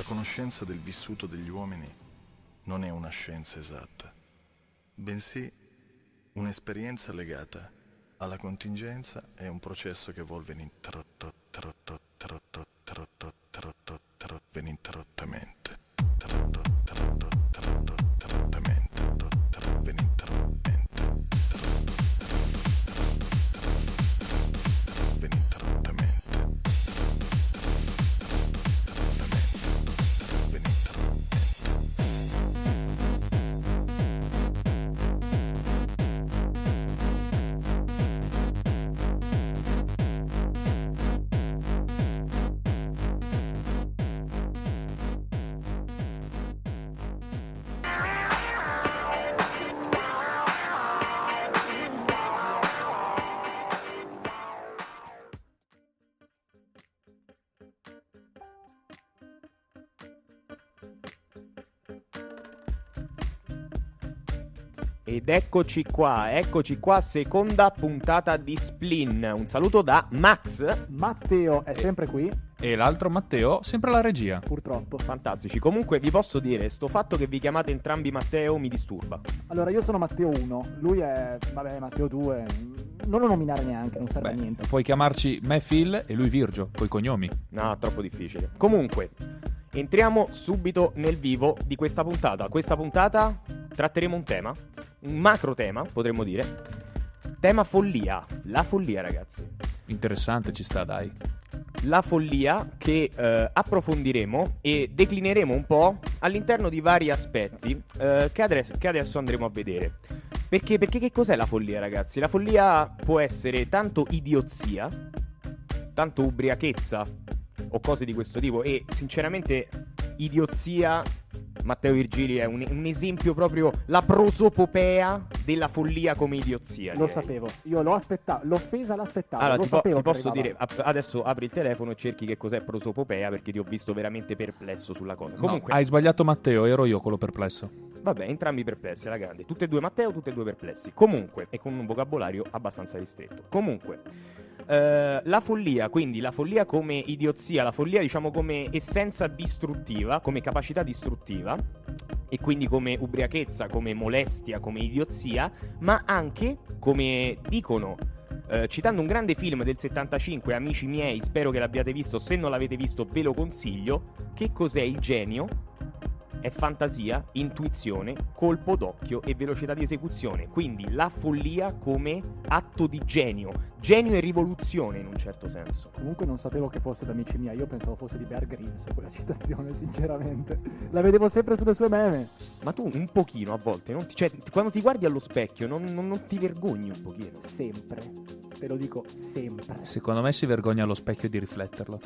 conoscenza del vissuto degli uomini non è una scienza esatta, bensì un'esperienza legata alla contingenza e un processo che evolve ininterrottamente. Ed eccoci qua, seconda puntata di Splin. Un saluto da Max. Matteo è sempre qui. E l'altro Matteo, sempre alla regia. Purtroppo. Fantastici. Comunque vi posso dire, sto fatto che vi chiamate entrambi Matteo mi disturba. Allora, io sono Matteo 1, lui è, Matteo 2. Non lo nominare neanche, non serve a niente. Puoi chiamarci me Phil e lui Virgio, coi cognomi. No, troppo difficile. Comunque, entriamo subito nel vivo di questa puntata. Questa puntata tratteremo un tema, un macro tema, potremmo dire. Tema follia. La follia, ragazzi. Interessante, ci sta, dai. La follia che approfondiremo e declineremo un po' all'interno di vari aspetti che adesso andremo a vedere. Perché che cos'è la follia, ragazzi? La follia può essere tanto idiozia, tanto ubriachezza o cose di questo tipo. E sinceramente idiozia, Matteo Virgili è un esempio proprio, la prosopopea della follia come idiozia. Lo sapevo, io l'ho aspettato, l'offesa l'aspettavo. Allora, lo sapevo ti che posso arrivava. dire, adesso apri il telefono e cerchi che cos'è prosopopea, perché ti ho visto veramente perplesso sulla cosa. Comunque, No, hai sbagliato Matteo, ero io quello perplesso. vabbè, entrambi perplessi, alla grande. Tutte e due Matteo, tutte e due perplessi. Comunque, e con un vocabolario abbastanza ristretto. Comunque, la follia, quindi la follia come idiozia, la follia diciamo come essenza distruttiva, come capacità distruttiva, e quindi come ubriachezza, come molestia, come idiozia, ma anche, come dicono, citando un grande film del 75, amici miei, spero che l'abbiate visto, se non l'avete visto ve lo consiglio, che cos'è il genio? È fantasia, intuizione, colpo d'occhio e velocità di esecuzione. Quindi la follia come atto di genio e rivoluzione in un certo senso. Comunque non sapevo che fosse da amici miei, io pensavo fosse di Bear Grylls quella citazione, sinceramente. La vedevo sempre sulle sue meme. Ma tu un pochino a volte, quando ti guardi allo specchio non ti vergogni un pochino? Sempre, te lo dico sempre. Secondo me si vergogna allo specchio di rifletterlo.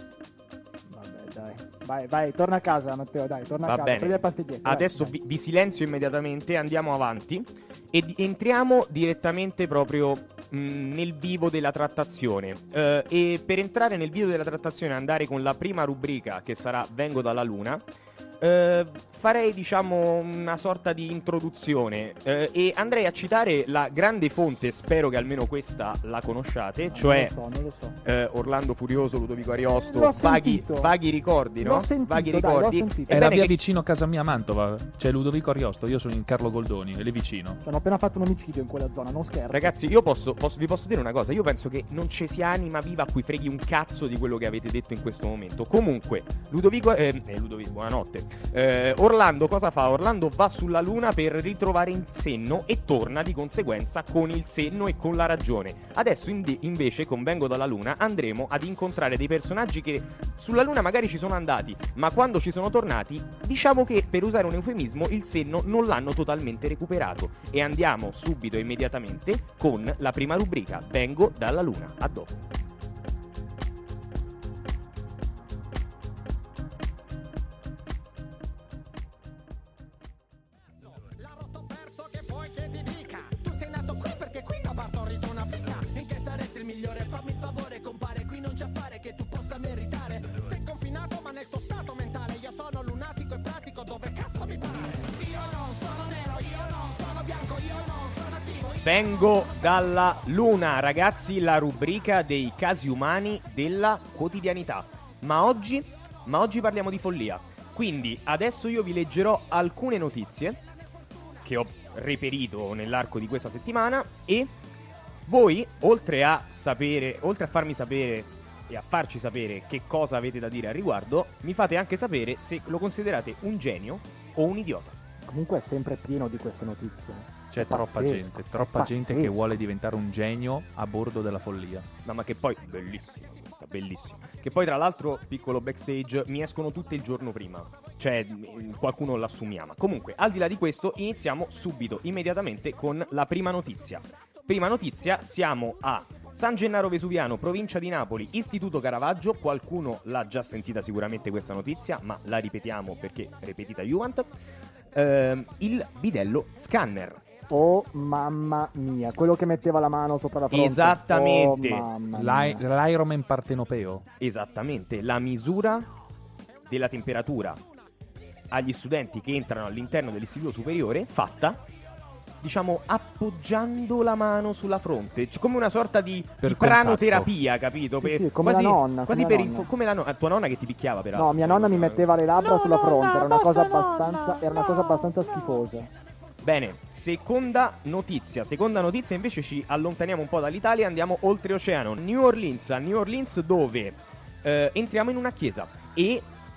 Vai, torna a casa Matteo, dai, torna a casa, bene. prendi le pastigliette. Adesso vi silenzio immediatamente, andiamo avanti e entriamo direttamente proprio nel vivo della trattazione. E per entrare nel vivo della trattazione e andare con la prima rubrica, che sarà Vengo dalla Luna, farei diciamo una sorta di introduzione e andrei a citare la grande fonte, spero che almeno questa la conosciate, No, cioè non lo so. Orlando Furioso, Ludovico Ariosto, L'ho sentito. vaghi ricordi, no? L'ho sentito, vaghi dai, ricordi. l'ho sentito. È la Ebbene, via vicino a casa mia a Mantova. C'è Ludovico Ariosto, io sono in Carlo Goldoni, è lì vicino. Hanno appena fatto un omicidio in quella zona, non scherzo. Ragazzi, io vi posso dire una cosa. Io penso che non ci sia anima viva a cui freghi un cazzo di quello che avete detto in questo momento. Comunque, Ludovico, buonanotte. Orlando cosa fa? Orlando va sulla luna per ritrovare il senno e torna di conseguenza con il senno e con la ragione. Adesso invece con Vengo dalla Luna andremo ad incontrare dei personaggi che sulla luna magari ci sono andati, ma quando ci sono tornati, diciamo che per usare un eufemismo il senno non l'hanno totalmente recuperato. E andiamo subito e immediatamente con la prima rubrica, Vengo dalla Luna. A dopo. Vengo dalla Luna, ragazzi, la rubrica dei casi umani della quotidianità. Ma oggi parliamo di follia. Quindi adesso io vi leggerò alcune notizie che ho reperito nell'arco di questa settimana e voi, oltre a farmi sapere e a farci sapere che cosa avete da dire al riguardo, mi fate anche sapere se lo considerate un genio o un idiota. Comunque è sempre pieno di queste notizie. C'è troppa gente che vuole diventare un genio a bordo della follia. No, ma che poi bellissimo. Che poi tra l'altro, piccolo backstage, mi escono tutte il giorno prima. Cioè, qualcuno l'assumiamo. Comunque, al di là di questo, iniziamo subito, immediatamente con la prima notizia. Prima notizia, siamo a San Gennaro Vesuviano, provincia di Napoli, Istituto Caravaggio. Qualcuno l'ha già sentita sicuramente questa notizia, ma la ripetiamo perché ripetita Juvent. Il bidello scanner. Oh mamma mia, quello che metteva la mano sopra la fronte. Esattamente. Oh, mamma mia. L'Ironman partenopeo. Esattamente, la misura della temperatura agli studenti che entrano all'interno dell'istituto superiore, fatta, diciamo, appoggiando la mano sulla fronte, cioè, come una sorta di pranoterapia, capito? Sì, come quasi, la nonna. Quasi come per la nonna. tua nonna che ti picchiava, peraltro. No, mia nonna mi metteva le labbra No, sulla fronte, nonna, era una cosa basta, abbastanza, era una cosa abbastanza schifosa. Bene, seconda notizia invece ci allontaniamo un po' dall'Italia, andiamo oltreoceano, a New Orleans dove entriamo in una chiesa e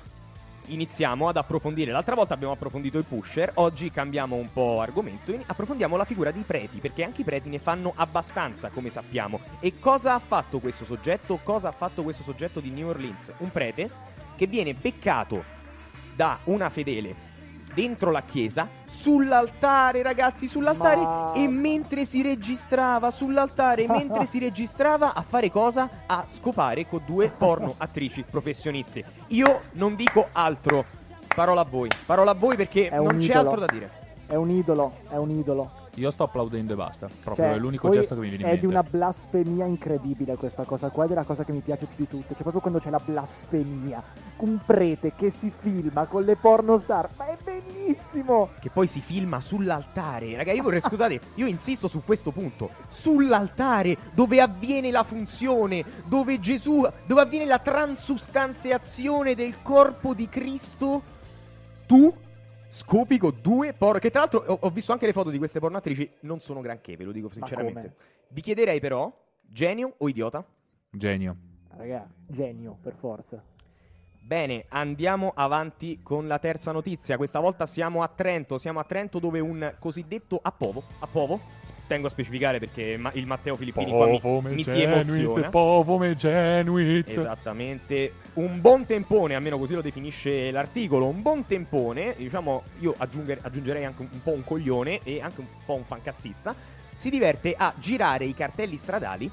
iniziamo ad approfondire. L'altra volta abbiamo approfondito i pusher, oggi cambiamo un po' argomento, approfondiamo la figura dei preti, perché anche i preti ne fanno abbastanza, come sappiamo. E cosa ha fatto questo soggetto? Cosa ha fatto questo soggetto di New Orleans? Un prete che viene beccato da una fedele dentro la chiesa, sull'altare, ragazzi, sull'altare, e mentre si registrava sull'altare, mentre si registrava, a fare cosa? A scopare con 2 porno attrici professioniste. Io non dico altro, parola a voi perché non c'è altro da dire. È un idolo. Io sto applaudendo e basta. Proprio Cioè, è l'unico poi gesto che mi viene in è mente. di una blasfemia incredibile questa cosa qua, ed è la cosa che mi piace più di tutte. Cioè, proprio quando c'è la blasfemia, un prete che si filma con le pornostar, ma è bellissimo. Che poi si filma sull'altare. Raga, io vorrei, scusate, io insisto su questo punto. Sull'altare, dove avviene la funzione, dove avviene la transustanziazione del corpo di Cristo, tu scopi con 2 porno. Che tra l'altro ho visto anche le foto di queste pornoattrici, non sono granché, ve lo dico sinceramente. Vi chiederei però, genio o idiota? Genio. Raga, genio, per forza. Bene, andiamo avanti con la terza notizia. Questa volta siamo a Trento dove un cosiddetto appovo, tengo a specificare perché il Matteo Filippini qua mi si emoziona. Esattamente, un buon tempone, almeno così lo definisce l'articolo, un buon tempone, diciamo, io aggiungerei anche un po' un coglione e anche un po' un fancazzista, si diverte a girare i cartelli stradali,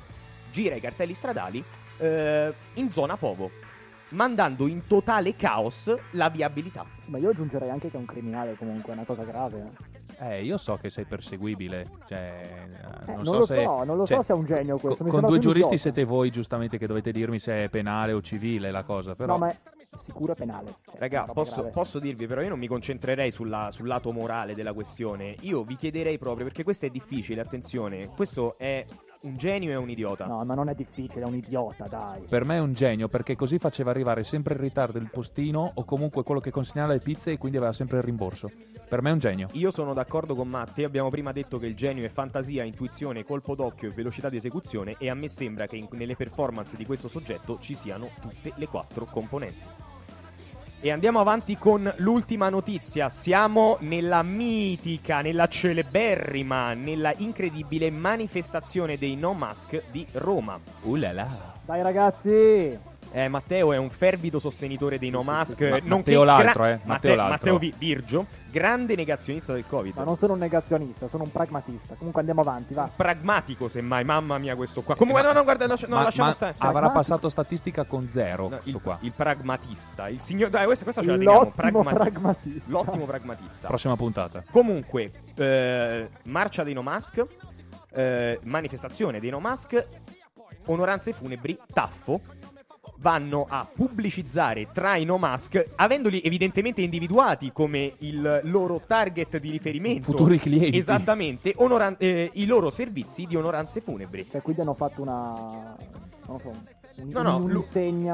in zona Povo, mandando in totale caos la viabilità. Sì, ma io aggiungerei anche che è un criminale, comunque, è una cosa grave. Io so che sei perseguibile. Cioè, non lo so se è un genio questo. Con 2 giuristi siete voi, giustamente, che dovete dirmi se è penale o civile la cosa. Però... No, ma è sicuro penale. Cioè, raga, posso dirvi, però io non mi concentrerei sul lato morale della questione. Io vi chiederei proprio, perché questo è difficile, attenzione, questo è un genio e un idiota. No, ma non è difficile, è un idiota, dai. Per me è un genio, perché così faceva arrivare sempre in ritardo il postino o comunque quello che consegnava le pizze, e quindi aveva sempre il rimborso. Per me è un genio. Io sono d'accordo con Matte. Abbiamo prima detto che il genio è fantasia, intuizione, colpo d'occhio e velocità di esecuzione, e a me sembra che nelle performance di questo soggetto ci siano tutte le 4 componenti. E andiamo avanti con l'ultima notizia. Siamo nella mitica, nella celeberrima, nella incredibile manifestazione dei No Mask di Roma. Là. Dai ragazzi! Matteo è un fervido sostenitore dei No Mask. Matteo l'altro, Matteo Virgio, grande negazionista del Covid. Ma non sono un negazionista, sono un pragmatista. Comunque andiamo avanti, va. Pragmatico, semmai, mamma mia, questo qua. Comunque, no, guarda, lasciamo stare. Avrà passato statistica con 0. Il pragmatista. Il signor. Dai, questa ce la teniamo. Pragmatista. L'ottimo pragmatista. Prossima puntata. Comunque, marcia dei No Mask, manifestazione dei No Mask, onoranze funebri, Taffo. Vanno a pubblicizzare tra i No Mask, avendoli evidentemente individuati come il loro target di riferimento, futuri clienti. Esattamente, i loro servizi di onoranze funebri. Cioè, quindi hanno fatto un'insegna.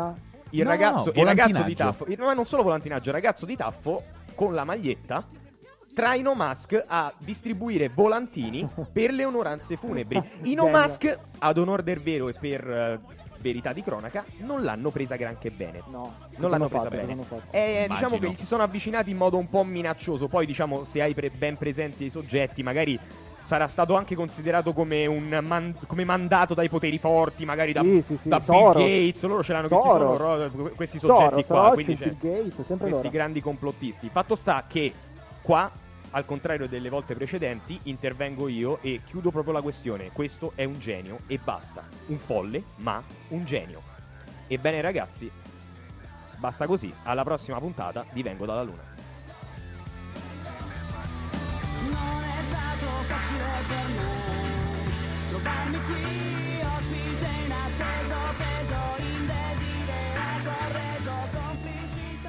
il No, ragazzo di volantinaggio. Taffo, no, non solo volantinaggio, il ragazzo di Taffo con la maglietta traino Musk a distribuire volantini per le onoranze funebri. Elon Genio. Musk, ad onor del vero e per verità di cronaca, non l'hanno presa granché bene. No, Non l'hanno presa bene. Diciamo Immagino. che gli si sono avvicinati in modo un po' minaccioso. Poi, diciamo, se hai ben presenti i soggetti, magari sarà stato anche considerato come come mandato dai poteri forti, magari da Bill Soros. Gates. Loro ce l'hanno Soros. tutti questi soggetti qua. Quindi Bill Gates, sempre questi loro. grandi complottisti. Fatto sta che qua, al contrario delle volte precedenti, intervengo io e chiudo proprio la questione. Questo è un genio e basta. Un folle, ma un genio. Ebbene ragazzi, basta così. Alla prossima puntata di Vengo dalla Luna. Non è stato facile per me trovarmi qui, ospite inatteso, preso indesiderato, reso complici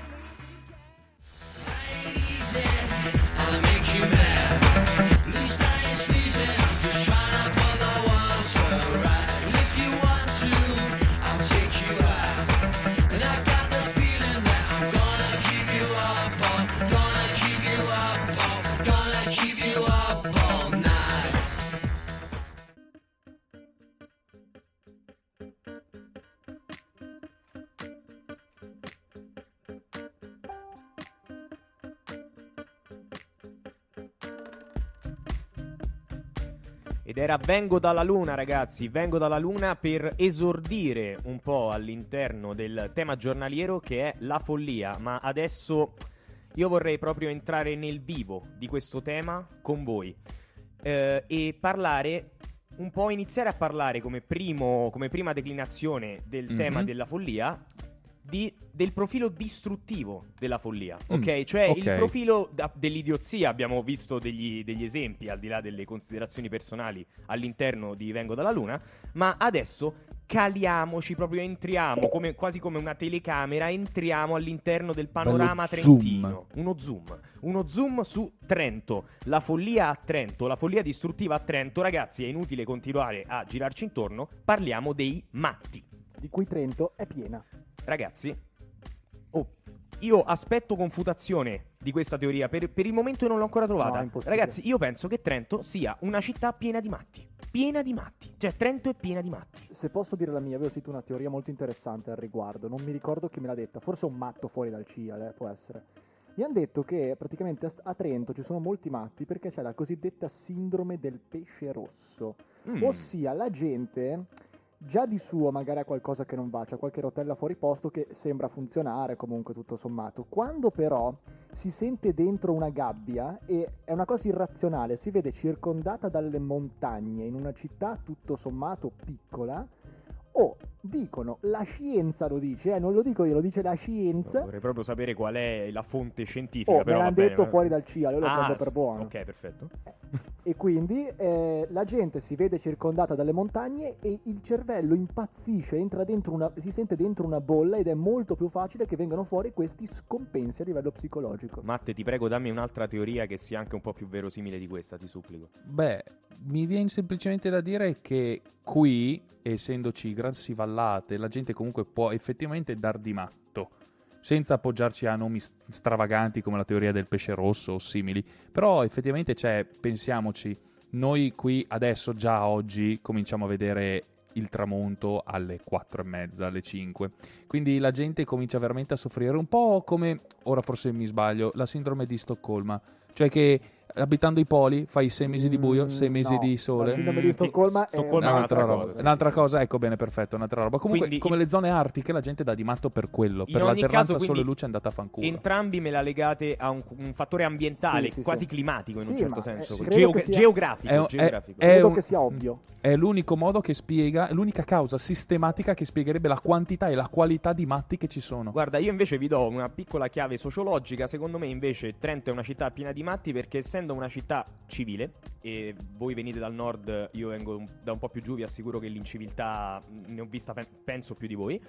Ed era Vengo dalla Luna, ragazzi. Vengo dalla Luna per esordire un po' all'interno del tema giornaliero che è la follia. Ma adesso io vorrei proprio entrare nel vivo di questo tema con voi e parlare un po', iniziare a parlare come prima declinazione del tema della follia del profilo distruttivo della follia, ok? Cioè ok. il profilo dell'idiozia. Abbiamo visto degli esempi, al di là delle considerazioni personali, all'interno di Vengo dalla Luna, ma adesso caliamoci, proprio entriamo, quasi come una telecamera, entriamo all'interno del panorama Bello trentino. Uno zoom su Trento, la follia a Trento, la follia distruttiva a Trento. Ragazzi, è inutile continuare a girarci intorno, parliamo dei matti. Di cui Trento è piena. Ragazzi, io aspetto confutazione di questa teoria. Per il momento non l'ho ancora trovata. No, è impossibile. Ragazzi, io penso che Trento sia una città piena di matti. Piena di matti. Cioè, Trento è piena di matti. Se posso dire la mia, avevo sentito una teoria molto interessante al riguardo. Non mi ricordo chi me l'ha detta. Forse un matto fuori dal CIAL, può essere. Mi hanno detto che praticamente a Trento ci sono molti matti perché c'è la cosiddetta sindrome del pesce rosso. Ossia, la gente già di suo magari ha qualcosa che non va, c'è qualche rotella fuori posto che sembra funzionare comunque tutto sommato. Quando però si sente dentro una gabbia e è una cosa irrazionale, si vede circondata dalle montagne in una città tutto sommato piccola, dicono, la scienza lo dice, non lo dico io, lo dice la scienza. Vorrei proprio sapere qual è la fonte scientifica. Me però l'hanno va bene, detto va. fuori dal CIAL, io lo prendo per buono. Ok, perfetto. E quindi la gente si vede circondata dalle montagne e il cervello impazzisce, entra dentro si sente dentro una bolla ed è molto più facile che vengano fuori questi scompensi a livello psicologico. Matte, ti prego, dammi un'altra teoria che sia anche un po' più verosimile di questa, ti supplico. Beh, mi viene semplicemente da dire che qui, essendoci grassi vallate, la gente comunque può effettivamente dar di matto, senza appoggiarci a nomi stravaganti come la teoria del pesce rosso o simili. Però effettivamente pensiamoci, noi qui adesso, già oggi, cominciamo a vedere il tramonto alle 4:30, alle 5. Quindi la gente comincia veramente a soffrire un po' come, ora forse mi sbaglio, la sindrome di Stoccolma. Cioè che abitando i poli fai 6 mesi di buio, 6 mesi no, di la sole. sindrome di Stoccolma è un'altra roba. cosa, sì, Un'altra sì, cosa, ecco, bene, perfetto, un'altra roba. Comunque, Quindi, come le zone artiche, la gente dà di matto per quello. In Per ogni l'alternanza caso, quindi, sole-luce è andata a fanculo. Entrambi me la legate a un fattore ambientale, Sì, quasi sì. climatico in un Sì, certo ma, senso. credo che sia- Geografico. Credo che sia ovvio. È l'unico modo che spiega, l'unica causa sistematica che spiegherebbe la quantità e la qualità di matti che ci sono. Guarda, io invece vi do una piccola chiave sociologica. Secondo me invece Trento è una città piena di matti perché, essendo una città civile, e voi venite dal nord, io vengo da un po' più giù, vi assicuro che l'inciviltà ne ho vista penso più di voi.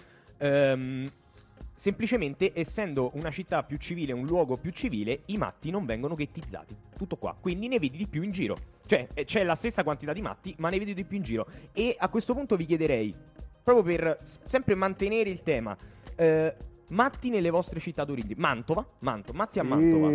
Semplicemente, essendo una città più civile, un luogo più civile, i matti non vengono ghettizzati. Tutto qua. Quindi ne vedi di più in giro. Cioè, c'è la stessa quantità di matti, ma ne vedi di più in giro. E a questo punto vi chiederei, proprio per sempre mantenere il tema, Matti nelle vostre città d'origine. Matti a Mantova.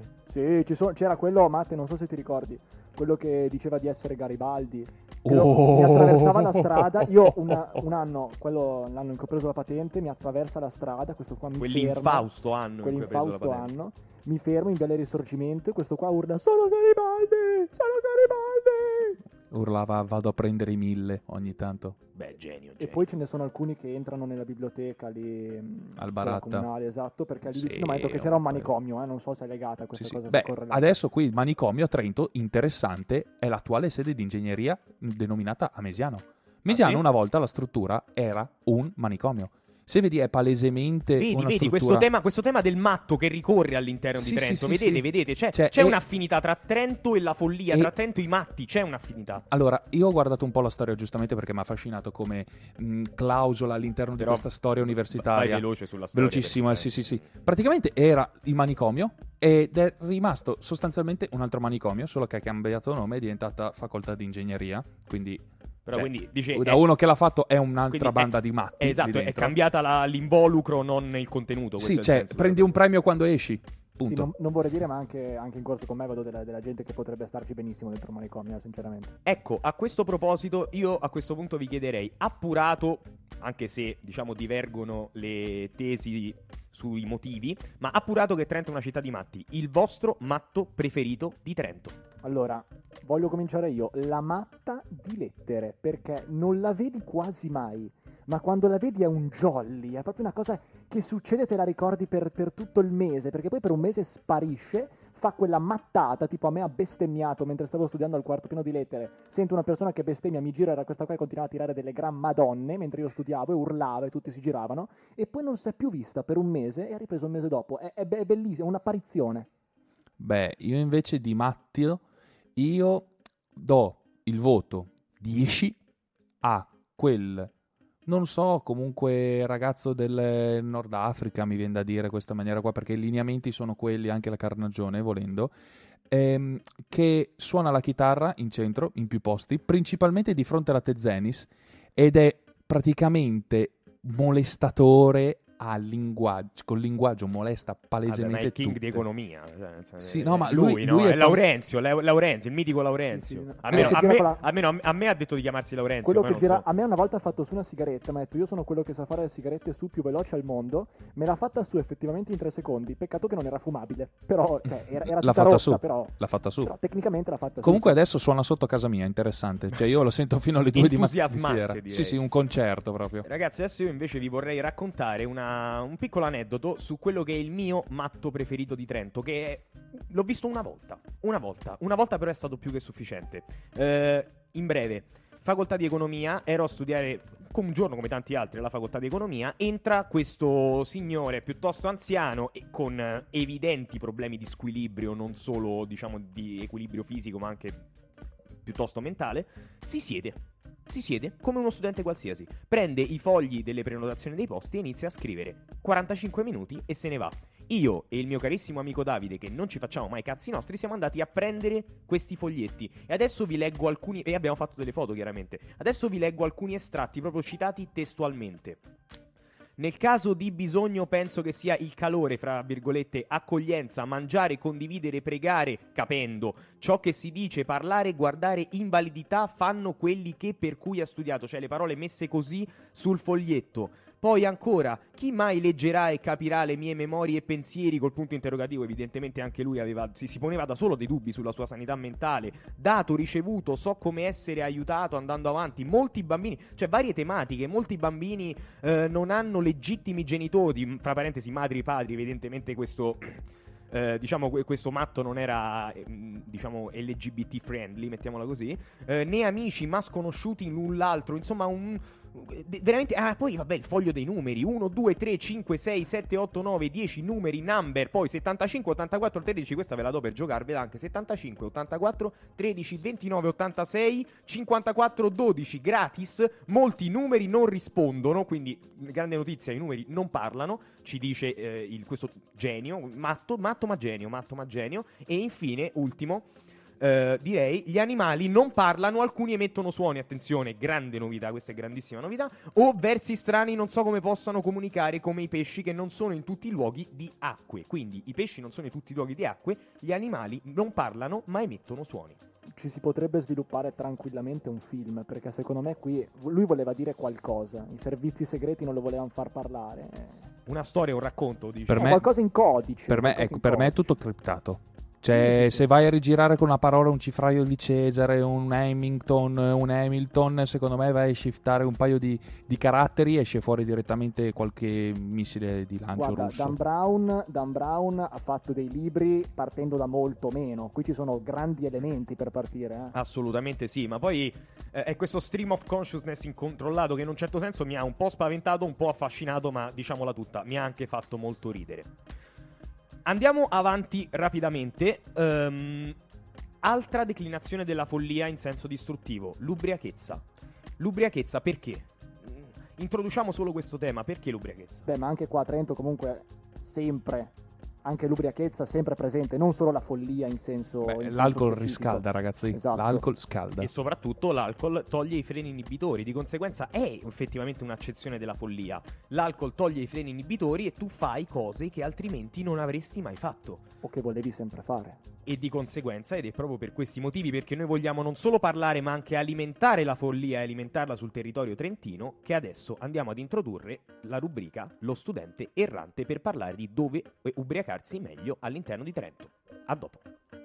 Sì, c'era quello, Matte, non so se ti ricordi, quello che diceva di essere Garibaldi. Oh. Mi attraversava la strada. Io un anno, l'anno in cui ho preso la patente, mi attraversa la strada. Questo qua mi ferma. Quell'infausto anno in cui hai preso la Quell'infausto patente. anno. Mi fermo in Viale Risorgimento e questo qua urla: sono Garibaldi! Sono Garibaldi! Urlava vado a prendere i 1000 ogni tanto. Beh, genio. E poi ce ne sono alcuni che entrano nella biblioteca lì Al quella Baratta. comunale, esatto, perché lì Sì, vicino mi ha detto che c'era un vabbè. manicomio, non so se è legata a questa Sì, sì. cosa. Beh, se correlata. adesso qui il manicomio a Trento, interessante, è l'attuale sede di ingegneria denominata Amesiano. Mesiano sì? una volta la struttura era un manicomio. Se vedi è palesemente una Vedi struttura... questo tema del matto che ricorre all'interno Sì, di Trento. sì, sì, vedete, sì. c'è Cioè, un'affinità tra Trento e la follia, e- tra Trento e i matti, c'è un'affinità. Allora, io ho guardato un po' la storia giustamente perché mi ha affascinato come clausola all'interno Però di questa storia universitaria. Vai veloce sulla storia. Velocissimo, perché- sì. Praticamente era il manicomio ed è rimasto sostanzialmente un altro manicomio, solo che ha cambiato nome, è diventata facoltà di ingegneria, quindi... Però cioè, quindi dice da uno che l'ha fatto è un'altra quindi banda di matti. lì esatto, è dentro. cambiata l'involucro, non il contenuto. Sì, questo è il cioè, senso. prendi un premio quando esci. Sì, Punto. non vorrei dire, ma anche in corso con me vedo della gente che potrebbe starci benissimo dentro il manicomio, sinceramente. Ecco, a questo proposito, io a questo punto vi chiederei, appurato, anche se diciamo divergono le tesi sui motivi, ma appurato che Trento è una città di matti, il vostro matto preferito di Trento? Allora, voglio cominciare io. La matta di lettere, perché non la vedi quasi mai, ma quando la vedi è un jolly, è proprio una cosa che succede, te la ricordi per tutto il mese, perché poi per un mese sparisce, fa quella mattata, tipo a me ha bestemmiato mentre stavo studiando al quarto pieno di lettere, sento una persona che bestemmia, mi giro, era questa qua che continuava a tirare delle gran madonne mentre io studiavo e urlava e tutti si giravano, e poi non si è più vista per un mese e ha ripreso un mese dopo. È bellissimo, è un'apparizione. Beh, io invece di Mattio, io do il voto 10 a quel, non so, comunque ragazzo del Nord Africa, mi viene da dire questa maniera qua, perché i lineamenti sono quelli, anche la carnagione, volendo, che suona la chitarra in centro, in più posti, principalmente di fronte alla Tezenis, ed è praticamente molestatore al linguaggio, col linguaggio molesta palesemente Vabbè, ma è il king tutte. di economia. Cioè, nel senso, Sì, no, ma lui, lui è è Laurenzio, il mitico Laurenzio. Sì, sì. Almeno, Quello che gira con la- a me ha detto di chiamarsi Laurenzio. Quello poi che non gira, so. a me una volta ha fatto su una sigaretta, mi ha detto io sono quello che sa fare le sigarette su più veloce al mondo, me l'ha fatta su effettivamente in 3 secondi, peccato che non era fumabile, però cioè, era L'ha tutta fatta rotta, su, però, l'ha fatta su. però tecnicamente l'ha fatta Comunque su. adesso suona sotto casa mia, interessante. Cioè io lo sento fino alle 2 di Entusiasmante, sera. direi. Sì, un concerto proprio. Ragazzi, adesso io invece vi vorrei raccontare un piccolo aneddoto su quello che è il mio matto preferito di Trento, che l'ho visto una volta però è stato più che sufficiente. In breve, facoltà di economia, ero a studiare un giorno come tanti altri alla facoltà di economia, entra questo signore piuttosto anziano e con evidenti problemi di squilibrio, non solo diciamo di equilibrio fisico ma anche piuttosto mentale, si siede come uno studente qualsiasi, prende i fogli delle prenotazioni dei posti e inizia a scrivere 45 minuti e se ne va. Io e il mio carissimo amico Davide, che non ci facciamo mai cazzi nostri, siamo andati a prendere questi foglietti e adesso vi leggo alcuni, e abbiamo fatto delle foto chiaramente, adesso vi leggo alcuni estratti proprio citati testualmente. Nel caso di bisogno penso che sia il calore, fra virgolette, accoglienza, mangiare, condividere, pregare, capendo ciò che si dice, parlare, guardare, invalidità, fanno quelli che per cui ha studiato, cioè le parole messe così sul foglietto. Poi ancora, chi mai leggerà e capirà le mie memorie e pensieri col punto interrogativo? Evidentemente anche lui si poneva da solo dei dubbi sulla sua sanità mentale. Dato, ricevuto, so come essere aiutato andando avanti. Molti bambini, cioè varie tematiche, molti bambini non hanno legittimi genitori, fra parentesi madri e padri, evidentemente questo... diciamo questo matto non era diciamo LGBT friendly, mettiamola così, né amici ma sconosciuti l'un l'altro, insomma veramente. Poi vabbè, il foglio dei numeri 1, 2, 3, 5, 6, 7, 8, 9, 10 numeri, number, poi 75, 84, 13, questa ve la do per giocarvela anche, 75, 84, 13, 29, 86, 54, 12, gratis. Molti numeri non rispondono, quindi grande notizia, i numeri non parlano, ci dice questo genio, matto ma genio. E infine, ultimo, direi, gli animali non parlano, alcuni emettono suoni, attenzione, grande novità, questa è grandissima novità, o versi strani, non so come possano comunicare, come i pesci che non sono in tutti i luoghi di acque. Quindi i pesci non sono in tutti i luoghi di acque, gli animali non parlano ma emettono suoni. Ci si potrebbe sviluppare tranquillamente un film, perché secondo me qui lui voleva dire qualcosa, i servizi segreti non lo volevano far parlare. Una storia, un racconto, dice. Per me- Qualcosa in codice. Per me, qualcosa in per me è codice. tutto criptato. Cioè, se vai a rigirare con una parola un cifraio di Cesare, un Hamilton, secondo me vai a shiftare un paio di caratteri e esce fuori direttamente qualche missile di lancio Guarda, russo. Dan Brown ha fatto dei libri partendo da molto meno. Qui ci sono grandi elementi per partire. Assolutamente sì, ma poi è questo stream of consciousness incontrollato che in un certo senso mi ha un po' spaventato, un po' affascinato, ma diciamola tutta, mi ha anche fatto molto ridere. Andiamo avanti rapidamente. Altra declinazione della follia in senso distruttivo, l'ubriachezza. L'ubriachezza perché? Introduciamo solo questo tema, perché l'ubriachezza? Beh, ma anche qua a Trento comunque sempre, anche l'ubriachezza sempre presente, non solo la follia in senso... Beh, in senso l'alcol specifico. riscalda, ragazzi. Esatto. L'alcol scalda. E soprattutto l'alcol toglie i freni inibitori, di conseguenza è effettivamente un'accezione della follia. L'alcol toglie i freni inibitori e tu fai cose che altrimenti non avresti mai fatto. O che volevi sempre fare. E di conseguenza, ed è proprio per questi motivi, perché noi vogliamo non solo parlare ma anche alimentare la follia e alimentarla sul territorio trentino, che adesso andiamo ad introdurre la rubrica Lo studente errante per parlare di dove ubriacarsi meglio all'interno di Trento. A dopo.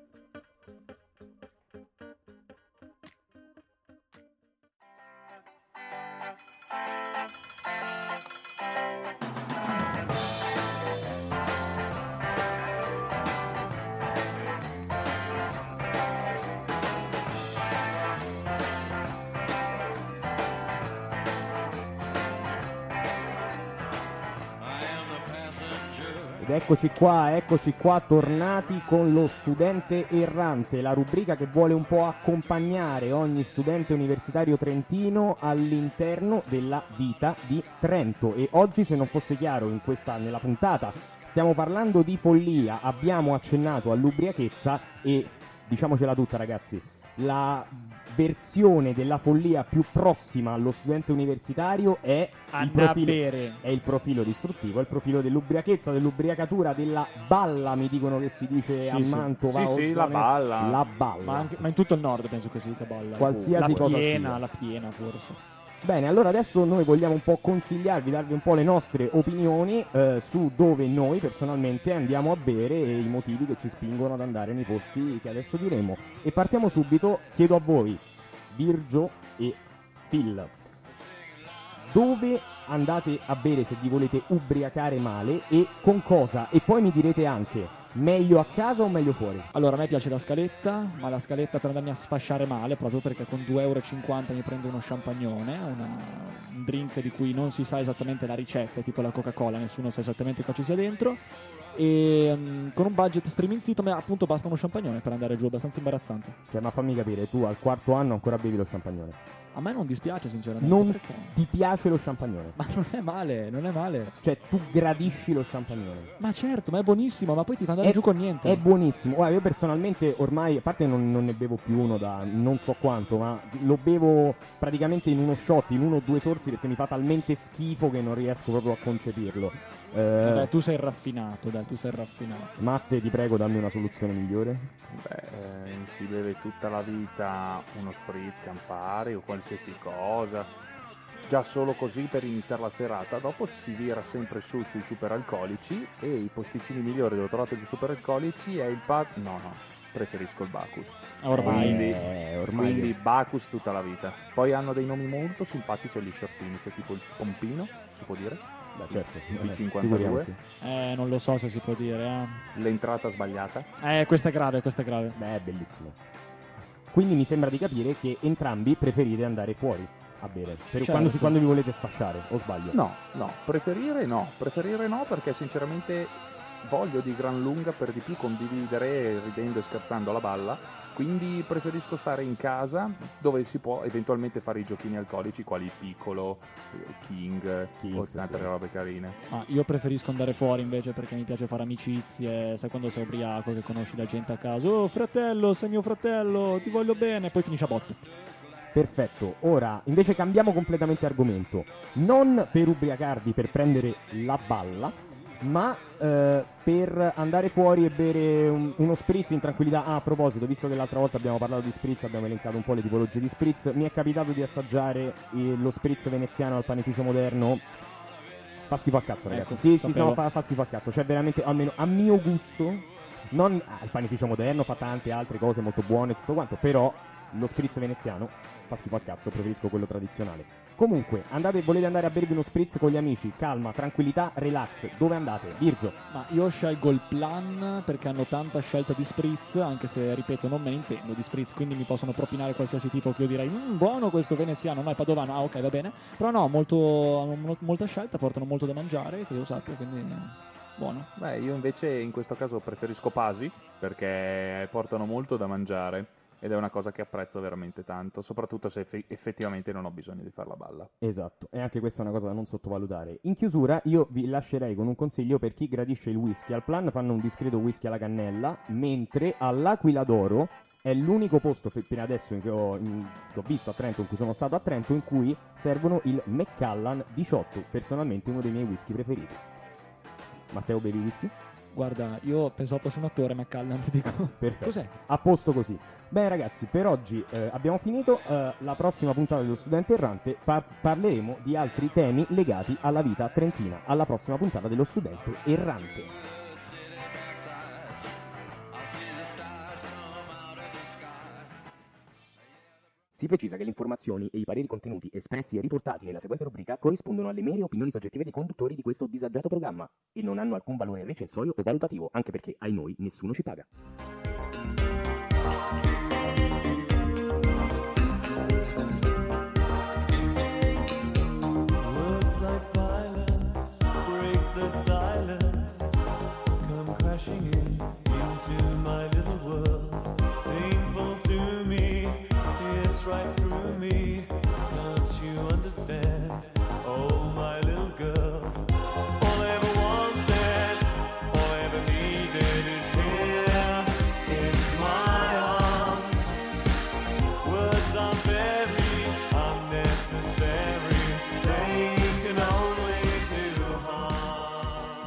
Ed eccoci qua, tornati con lo studente errante, la rubrica che vuole un po' accompagnare ogni studente universitario trentino all'interno della vita di Trento. E oggi, se non fosse chiaro nella puntata, stiamo parlando di follia, abbiamo accennato all'ubriachezza e diciamocela tutta, ragazzi, la versione della follia più prossima allo studente universitario è il profilo distruttivo, è il profilo dell'ubriachezza, dell'ubriacatura, della balla, mi dicono che si dice a Mantova. Sì, la balla. La balla. Ma in tutto il nord penso che si dica balla. Qualsiasi cosa sia. La piena forse. Bene, allora adesso noi vogliamo un po' consigliarvi, darvi un po' le nostre opinioni su dove noi personalmente andiamo a bere e i motivi che ci spingono ad andare nei posti che adesso diremo. E partiamo subito, chiedo a voi, Virgio e Phil, dove andate a bere se vi volete ubriacare male e con cosa? E poi mi direte anche, meglio a casa o meglio fuori? Allora, a me piace la scaletta, ma la scaletta per andarmi a sfasciare male, proprio perché con 2,50 € mi prendo uno champagnone, un drink di cui non si sa esattamente la ricetta, tipo la Coca-Cola, nessuno sa esattamente cosa ci sia dentro, e con un budget striminzito, ma appunto basta uno champagnone per andare giù, abbastanza imbarazzante. Cioè, ma fammi capire, tu al quarto anno ancora bevi lo champagnone? A me non dispiace sinceramente. Non perché? ti piace lo champagnone? Ma non è male, non è male. Cioè, tu gradisci lo champagnone? Ma certo, ma è buonissimo, ma poi ti fa andare giù con niente. È buonissimo. Guarda, io personalmente ormai, a parte non ne bevo più uno da non so quanto, ma lo bevo praticamente in uno shot, in 1 o 2 sorsi, perché mi fa talmente schifo che non riesco proprio a concepirlo. Dai, tu sei raffinato, Matte, ti prego, dammi una soluzione migliore. Si beve tutta la vita uno spritz, Campari o qualsiasi cosa, già solo così per iniziare la serata. Dopo si vira sempre sui superalcolici, e i posticini migliori dove trovate i superalcolici è il no, preferisco il Bacchus. Quindi Bacchus tutta la vita. Poi hanno dei nomi molto simpatici agli shortini, c'è tipo il Pompino, si può dire? Beh, certo. Il 52. Non lo so se si può dire. L'entrata sbagliata. Questa è grave. Beh, è bellissimo. Quindi mi sembra di capire che entrambi preferite andare fuori a bere, Certo. quando vi volete sfasciare, o sbaglio? No, preferire no, perché sinceramente voglio di gran lunga per di più condividere ridendo e scherzando alla balla, quindi preferisco stare in casa dove si può eventualmente fare i giochini alcolici quali Piccolo, King o tante robe carine. Io preferisco andare fuori invece perché mi piace fare amicizie, sai quando sei ubriaco che conosci la gente a caso, oh fratello, sei mio fratello, ti voglio bene, poi finisce a botte. Perfetto, ora invece cambiamo completamente argomento. Non per ubriacarvi, per prendere la balla, ma per andare fuori e bere uno spritz in tranquillità. Ah, a proposito, visto che l'altra volta abbiamo parlato di spritz, abbiamo elencato un po' le tipologie di spritz, mi è capitato di assaggiare lo spritz veneziano al panificio moderno. Fa schifo a cazzo, ragazzi. Ecco, sì, no, fa schifo a cazzo. Cioè, veramente, almeno a mio gusto, non il panificio moderno fa tante altre cose molto buone e tutto quanto, però lo spritz veneziano fa schifo al cazzo, preferisco quello tradizionale. Comunque, volete andare a bervi uno spritz con gli amici, calma, tranquillità, relax, dove andate? Virgio? Ma io scelgo il Plan perché hanno tanta scelta di spritz, anche se, ripeto, non me ne intendo di spritz, quindi mi possono propinare qualsiasi tipo che io direi buono questo veneziano, no è padovano, ok va bene, però no, molta scelta, portano molto da mangiare, che io sappia, quindi buono. Beh, io invece in questo caso preferisco Pasi perché portano molto da mangiare ed è una cosa che apprezzo veramente tanto, soprattutto se effettivamente non ho bisogno di far la balla. Esatto, e anche questa è una cosa da non sottovalutare. In chiusura io vi lascerei con un consiglio per chi gradisce il whisky. Al Plan fanno un discreto whisky alla cannella, mentre all'Aquila d'Oro è l'unico posto fino adesso che ho visto a Trento, in cui sono stato a Trento, in cui servono il Macallan 18, personalmente uno dei miei whisky preferiti. Matteo, bevi whisky? Guarda, io pensavo fosse un attore, Macallan, ti dico. Perfetto. Cos'è? A posto così. Bene ragazzi, per oggi abbiamo finito. La prossima puntata dello Studente Errante parleremo di altri temi legati alla vita trentina. Alla prossima puntata dello Studente Errante. Si precisa che le informazioni e i pareri contenuti espressi e riportati nella seguente rubrica corrispondono alle mere opinioni soggettive dei conduttori di questo disagiato programma e non hanno alcun valore recensorio o valutativo, anche perché, ai noi, nessuno ci paga. Words like violence break the silence, come crashing into my little world, painful to me, it's right through me, can't you understand, oh my little girl, all I ever wanted, all I ever needed is here, in my arms, words are very unnecessary, they can only do harm.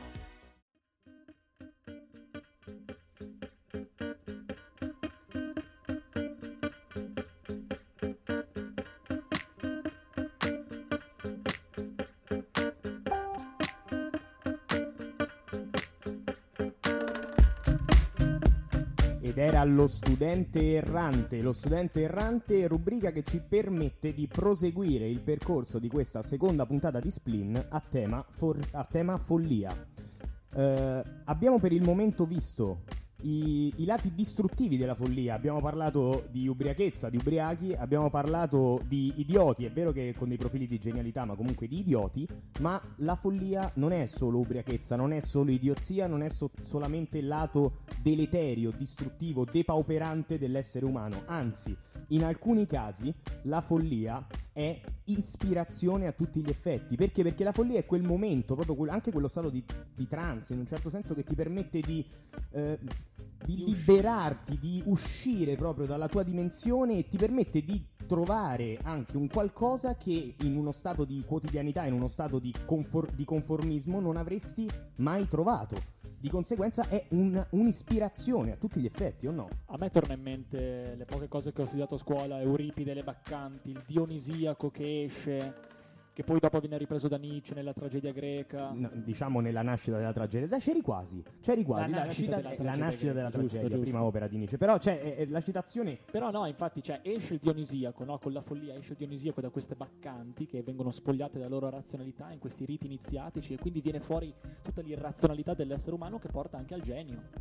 Ed era lo Studente Errante, rubrica che ci permette di proseguire il percorso di questa seconda puntata di Splin a tema follia. Abbiamo per il momento visto i lati distruttivi della follia. Abbiamo parlato di ubriachezza, di ubriachi, abbiamo parlato di idioti. È vero che con dei profili di genialità, ma comunque di idioti. Ma la follia non è solo ubriachezza, non è solo idiozia, non è solamente il lato deleterio, distruttivo, depauperante dell'essere umano. Anzi, in alcuni casi la follia è ispirazione a tutti gli effetti. Perché? Perché la follia è quel momento, proprio anche quello stato di trance, in un certo senso, che ti permette di liberarti, di uscire proprio dalla tua dimensione e ti permette di trovare anche un qualcosa che in uno stato di quotidianità, in uno stato di conformismo non avresti mai trovato. Di conseguenza è un'ispirazione a tutti gli effetti, o no? A me torna in mente le poche cose che ho studiato a scuola, Euripide, le Baccanti, il Dionisiaco che esce, che poi dopo viene ripreso da Nietzsche nella tragedia greca. No, diciamo nella nascita della tragedia. C'eri quasi. La nascita della tragedia, giusto. prima opera di Nietzsche. Però c'è la citazione. Però no, infatti, esce il Dionisiaco, no? Con la follia esce il Dionisiaco da queste baccanti che vengono spogliate dalla loro razionalità in questi riti iniziatici, e quindi viene fuori tutta l'irrazionalità dell'essere umano che porta anche al genio.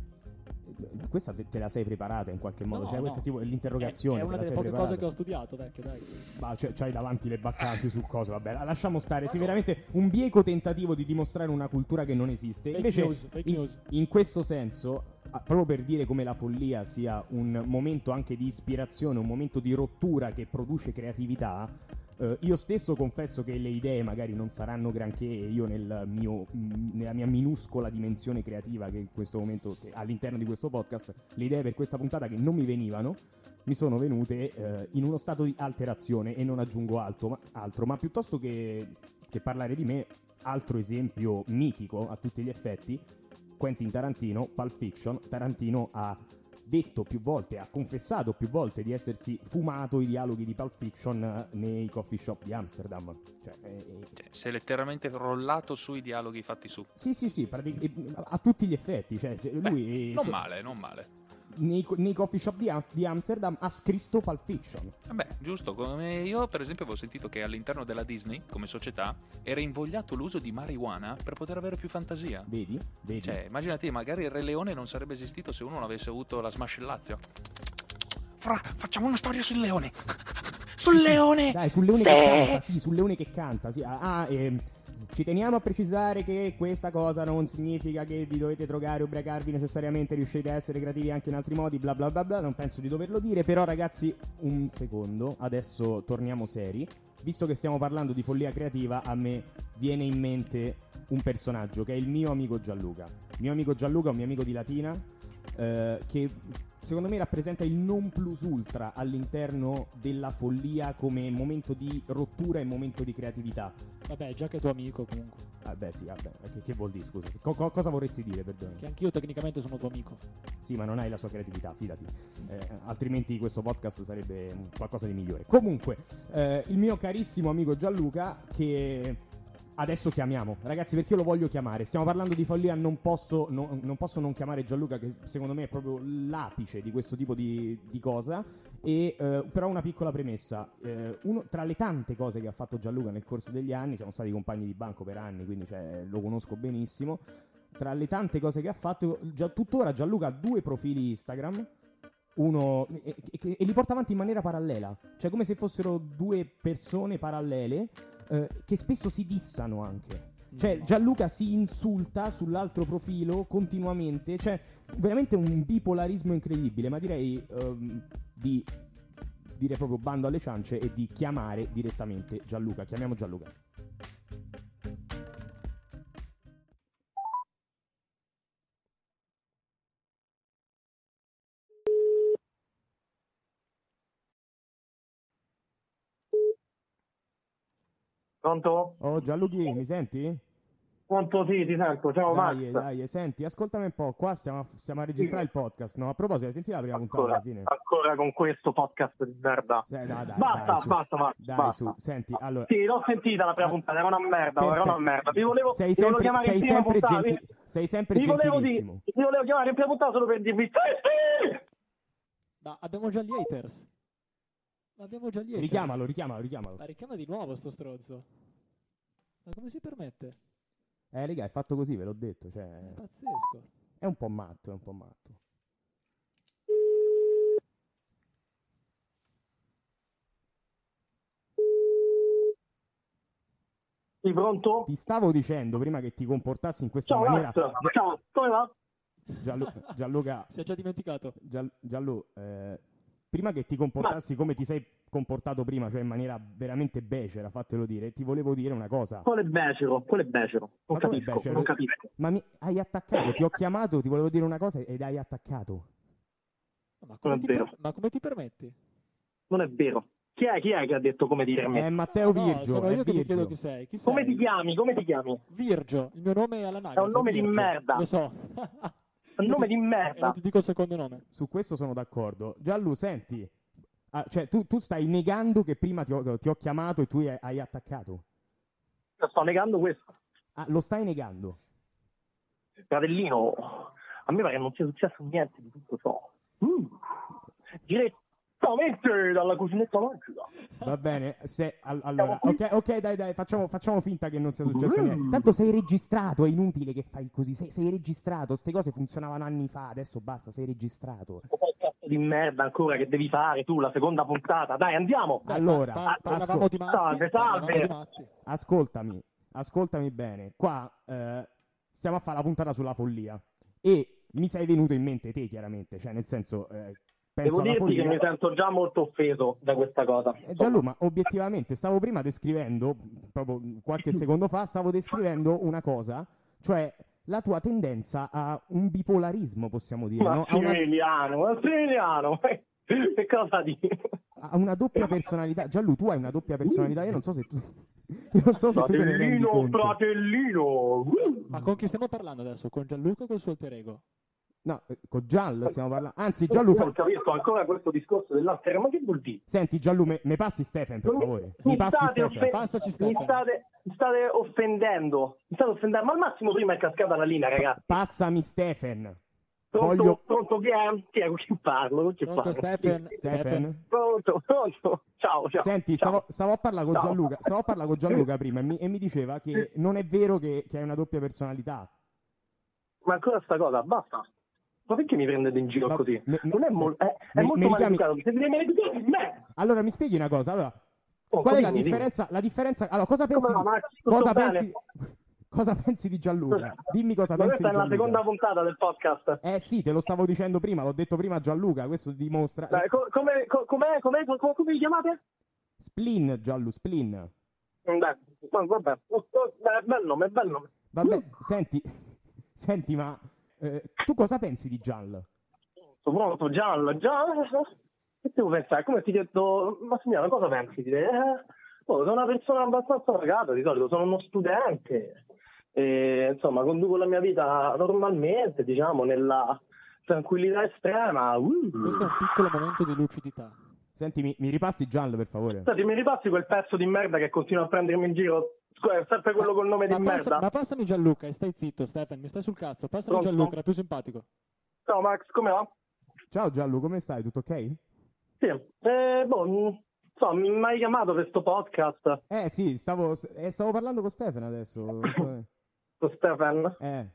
Questa te la sei preparata in qualche modo? No, cioè, questa no. è tipo l'interrogazione. È una te la delle sei poche preparata? cose che ho studiato, vecchio, dai. Ma c'hai davanti le baccanti sul coso, vabbè, lasciamo stare. Sì, veramente un bieco tentativo di dimostrare una cultura che non esiste. Fake In, news. in questo senso, proprio per dire come la follia sia un momento anche di ispirazione, un momento di rottura che produce creatività, io stesso confesso che le idee magari non saranno granché, io nella mia minuscola dimensione creativa che in questo momento, che all'interno di questo podcast, le idee per questa puntata che non mi venivano, mi sono venute in uno stato di alterazione e non aggiungo altro, ma piuttosto che parlare di me, altro esempio mitico a tutti gli effetti, Quentin Tarantino, Pulp Fiction. Tarantino ha detto più volte, ha confessato più volte di essersi fumato i dialoghi di Pulp Fiction nei coffee shop di Amsterdam. Cioè, si è letteralmente rollato sui dialoghi fatti su. sì, a tutti gli effetti. Cioè, lui Non male. nei coffee shop di Amsterdam ha scritto Pulp Fiction. Vabbè, giusto, come io per esempio avevo sentito che all'interno della Disney, come società, era invogliato l'uso di marijuana per poter avere più fantasia. Vedi? Cioè, immaginati, magari il Re Leone non sarebbe esistito se uno non avesse avuto la smascellazio. Facciamo una storia sul leone. Sul leone! Dai, sul leone che canta, sì, sul leone che canta, sì. Ci teniamo a precisare che questa cosa non significa che vi dovete drogare, ubriacarvi necessariamente, riuscite a essere creativi anche in altri modi, bla bla bla bla, non penso di doverlo dire, però ragazzi, un secondo, adesso torniamo seri. Visto che stiamo parlando di follia creativa, a me viene in mente un personaggio che è il mio amico Gianluca. Il mio amico Gianluca è un mio amico di Latina, che secondo me rappresenta il non plus ultra all'interno della follia come momento di rottura e momento di creatività. Vabbè, già che è tuo amico comunque. Vabbè, sì, vabbè. Che vuol dire, scusa? Cosa vorresti dire, perdone? Che anch'io tecnicamente sono tuo amico. Sì, ma non hai la sua creatività, fidati. Altrimenti questo podcast sarebbe qualcosa di migliore. Comunque, il mio carissimo amico Gianluca, che adesso chiamiamo, ragazzi, perché io lo voglio chiamare. Stiamo parlando di follia, non posso non chiamare Gianluca, che secondo me è proprio l'apice di questo tipo di cosa. Però una piccola premessa, tra le tante cose che ha fatto Gianluca nel corso degli anni, siamo stati compagni di banco per anni, quindi lo conosco benissimo. Tra le tante cose che ha fatto, tuttora Gianluca ha 2 profili Instagram, uno e li porta avanti in maniera parallela, cioè come se fossero 2 persone parallele, che spesso si dissano anche. Cioè Gianluca si insulta sull'altro profilo continuamente, cioè veramente un bipolarismo incredibile, ma direi di dire proprio bando alle ciance e di chiamare direttamente Gianluca. Chiamiamo Gianluca. Pronto? Oh Gianluchi, mi senti? Pronto, sì, ti sento. Ciao Max. Dai, senti, ascoltami un po'. Qua stiamo a registrare il podcast, no? A proposito, hai sentito la prima puntata alla fine? Ancora con questo podcast di merda. Dai, basta, Max, dai, basta. su, senti, allora. Sì, l'ho sentita la prima puntata, era una merda, Perfetto. era una merda. Ti volevo sei chiamare in prima puntata. Sei sempre gentilissimo. Ti volevo chiamare in prima puntata solo per dirvi sì! Ma abbiamo già gli haters. Richiamalo. Ma richiama di nuovo sto stronzo. Ma come si permette? Raga, è fatto così, ve l'ho detto, cioè. È pazzesco. È un po' matto. Sei pronto? Ti stavo dicendo prima che ti comportassi in questa Ciao maniera. Max, ciao, come va? Gianluca. Si è già dimenticato. Prima che ti comportassi come ti sei comportato prima, cioè in maniera veramente becera, fatelo dire, ti volevo dire una cosa. Quale becero? Non capisco. Ma hai attaccato, ti ho chiamato, ti volevo dire una cosa ed hai attaccato. Ma Non è vero. ma come ti permetti? Non è vero. Chi è che ha detto come dire me? È Matteo Virgio. Sono io che ti Virgio. chiedo chi sei. Come ti chiami? Virgio, il mio nome è all'anagrafe. È un nome di Virgio. merda. Lo so. È un nome di E merda. non ti dico il secondo nome. Su questo sono d'accordo. Gianlu, senti, cioè tu stai negando che prima ti ho chiamato e tu hai attaccato. Sto negando questo. Lo stai negando? Fratellino, a me pare che non sia successo niente di tutto ciò. Diretto Direttamente dalla cucinetta magica. Va bene, allora, ok, dai, facciamo finta che non sia successo niente. Tanto sei registrato, è inutile che fai così, sei registrato, queste cose funzionavano anni fa, adesso basta, sei registrato. Podcast di merda ancora che devi fare tu, la seconda puntata, dai andiamo. Allora, parlavamo di Matti. Salve. ascoltami bene, qua stiamo a fare la puntata sulla follia e mi sei venuto in mente te chiaramente, cioè nel senso... Devo alla dirti follia. che mi sento già molto offeso da questa cosa. Gianlu, ma obiettivamente stavo prima descrivendo, proprio qualche secondo fa, stavo descrivendo una cosa, cioè la tua tendenza a un bipolarismo, possiamo dire, no? Massimiliano, che cosa dici? A una doppia personalità. Gianlu, tu hai una doppia personalità, io non so se tu... Io non so se tu te ne rendi conto. Fratellino. Ma con chi stiamo parlando adesso? Con Gianluca o col suo alter ego? No, con Gianlu stiamo parlando. Anzi, Gianlu... Non capisco ancora questo discorso dell'alter, ma che vuol dire? Senti, Gianlu, me passi Stefan, per favore. Mi passi Stefan. Passaci Mi Stefano. state offendendo. Ma al massimo prima è cascata la linea, ragazzi. Passami Stefan. Pronto, pronto, chi è? Con chi parlo? Con chi Pronto parlo? Stefan. Pronto. Ciao. Senti, ciao. stavo a parlare con Ciao. Gianluca. Stavo a parlare con Gianluca prima e mi diceva che non è vero che hai una doppia personalità. Ma ancora sta cosa, basta. Ma perché mi prendete in giro così? Non è, molto maleducato. Se mi maleducate di me. Allora, mi spieghi una cosa. Allora, Oh, qual è la dimmi. differenza? La differenza... Allora, cosa pensi? Come no, Max, tutto Cosa bene? pensi? Cosa pensi di Gianluca? Dimmi cosa Ma pensi questa di è la Gianluca. seconda puntata del podcast. Sì, te lo stavo dicendo prima, l'ho detto prima a Gianluca, questo dimostra... Dai, come vi chiamate? Splin, Gianlu, Splin. Vabbè. Bel nome. Vabbè, senti, ma tu cosa pensi di Gianlu? Sono pronto, Giallo. Che devo pensare? Come ti ho detto, Massimiliano, cosa pensi di te? Sono una persona abbastanza pagata, di solito sono uno studente. E, insomma, conduco la mia vita normalmente, diciamo, nella tranquillità estrema. Questo è un piccolo momento di lucidità. Senti, mi ripassi Gianlu, per favore? Senti, mi ripassi quel pezzo di merda che continua a prendermi in giro? È sempre quello col nome di merda. Ma passami Gianluca e stai zitto, Stefan, mi stai sul cazzo. Passami Pronto? Gianluca, è più simpatico. Ciao Max, come va? Ciao Gianlu, come stai? Tutto ok? Sì, mi hai chiamato per sto podcast. Sì, stavo parlando con Stefano adesso. Con Stefan?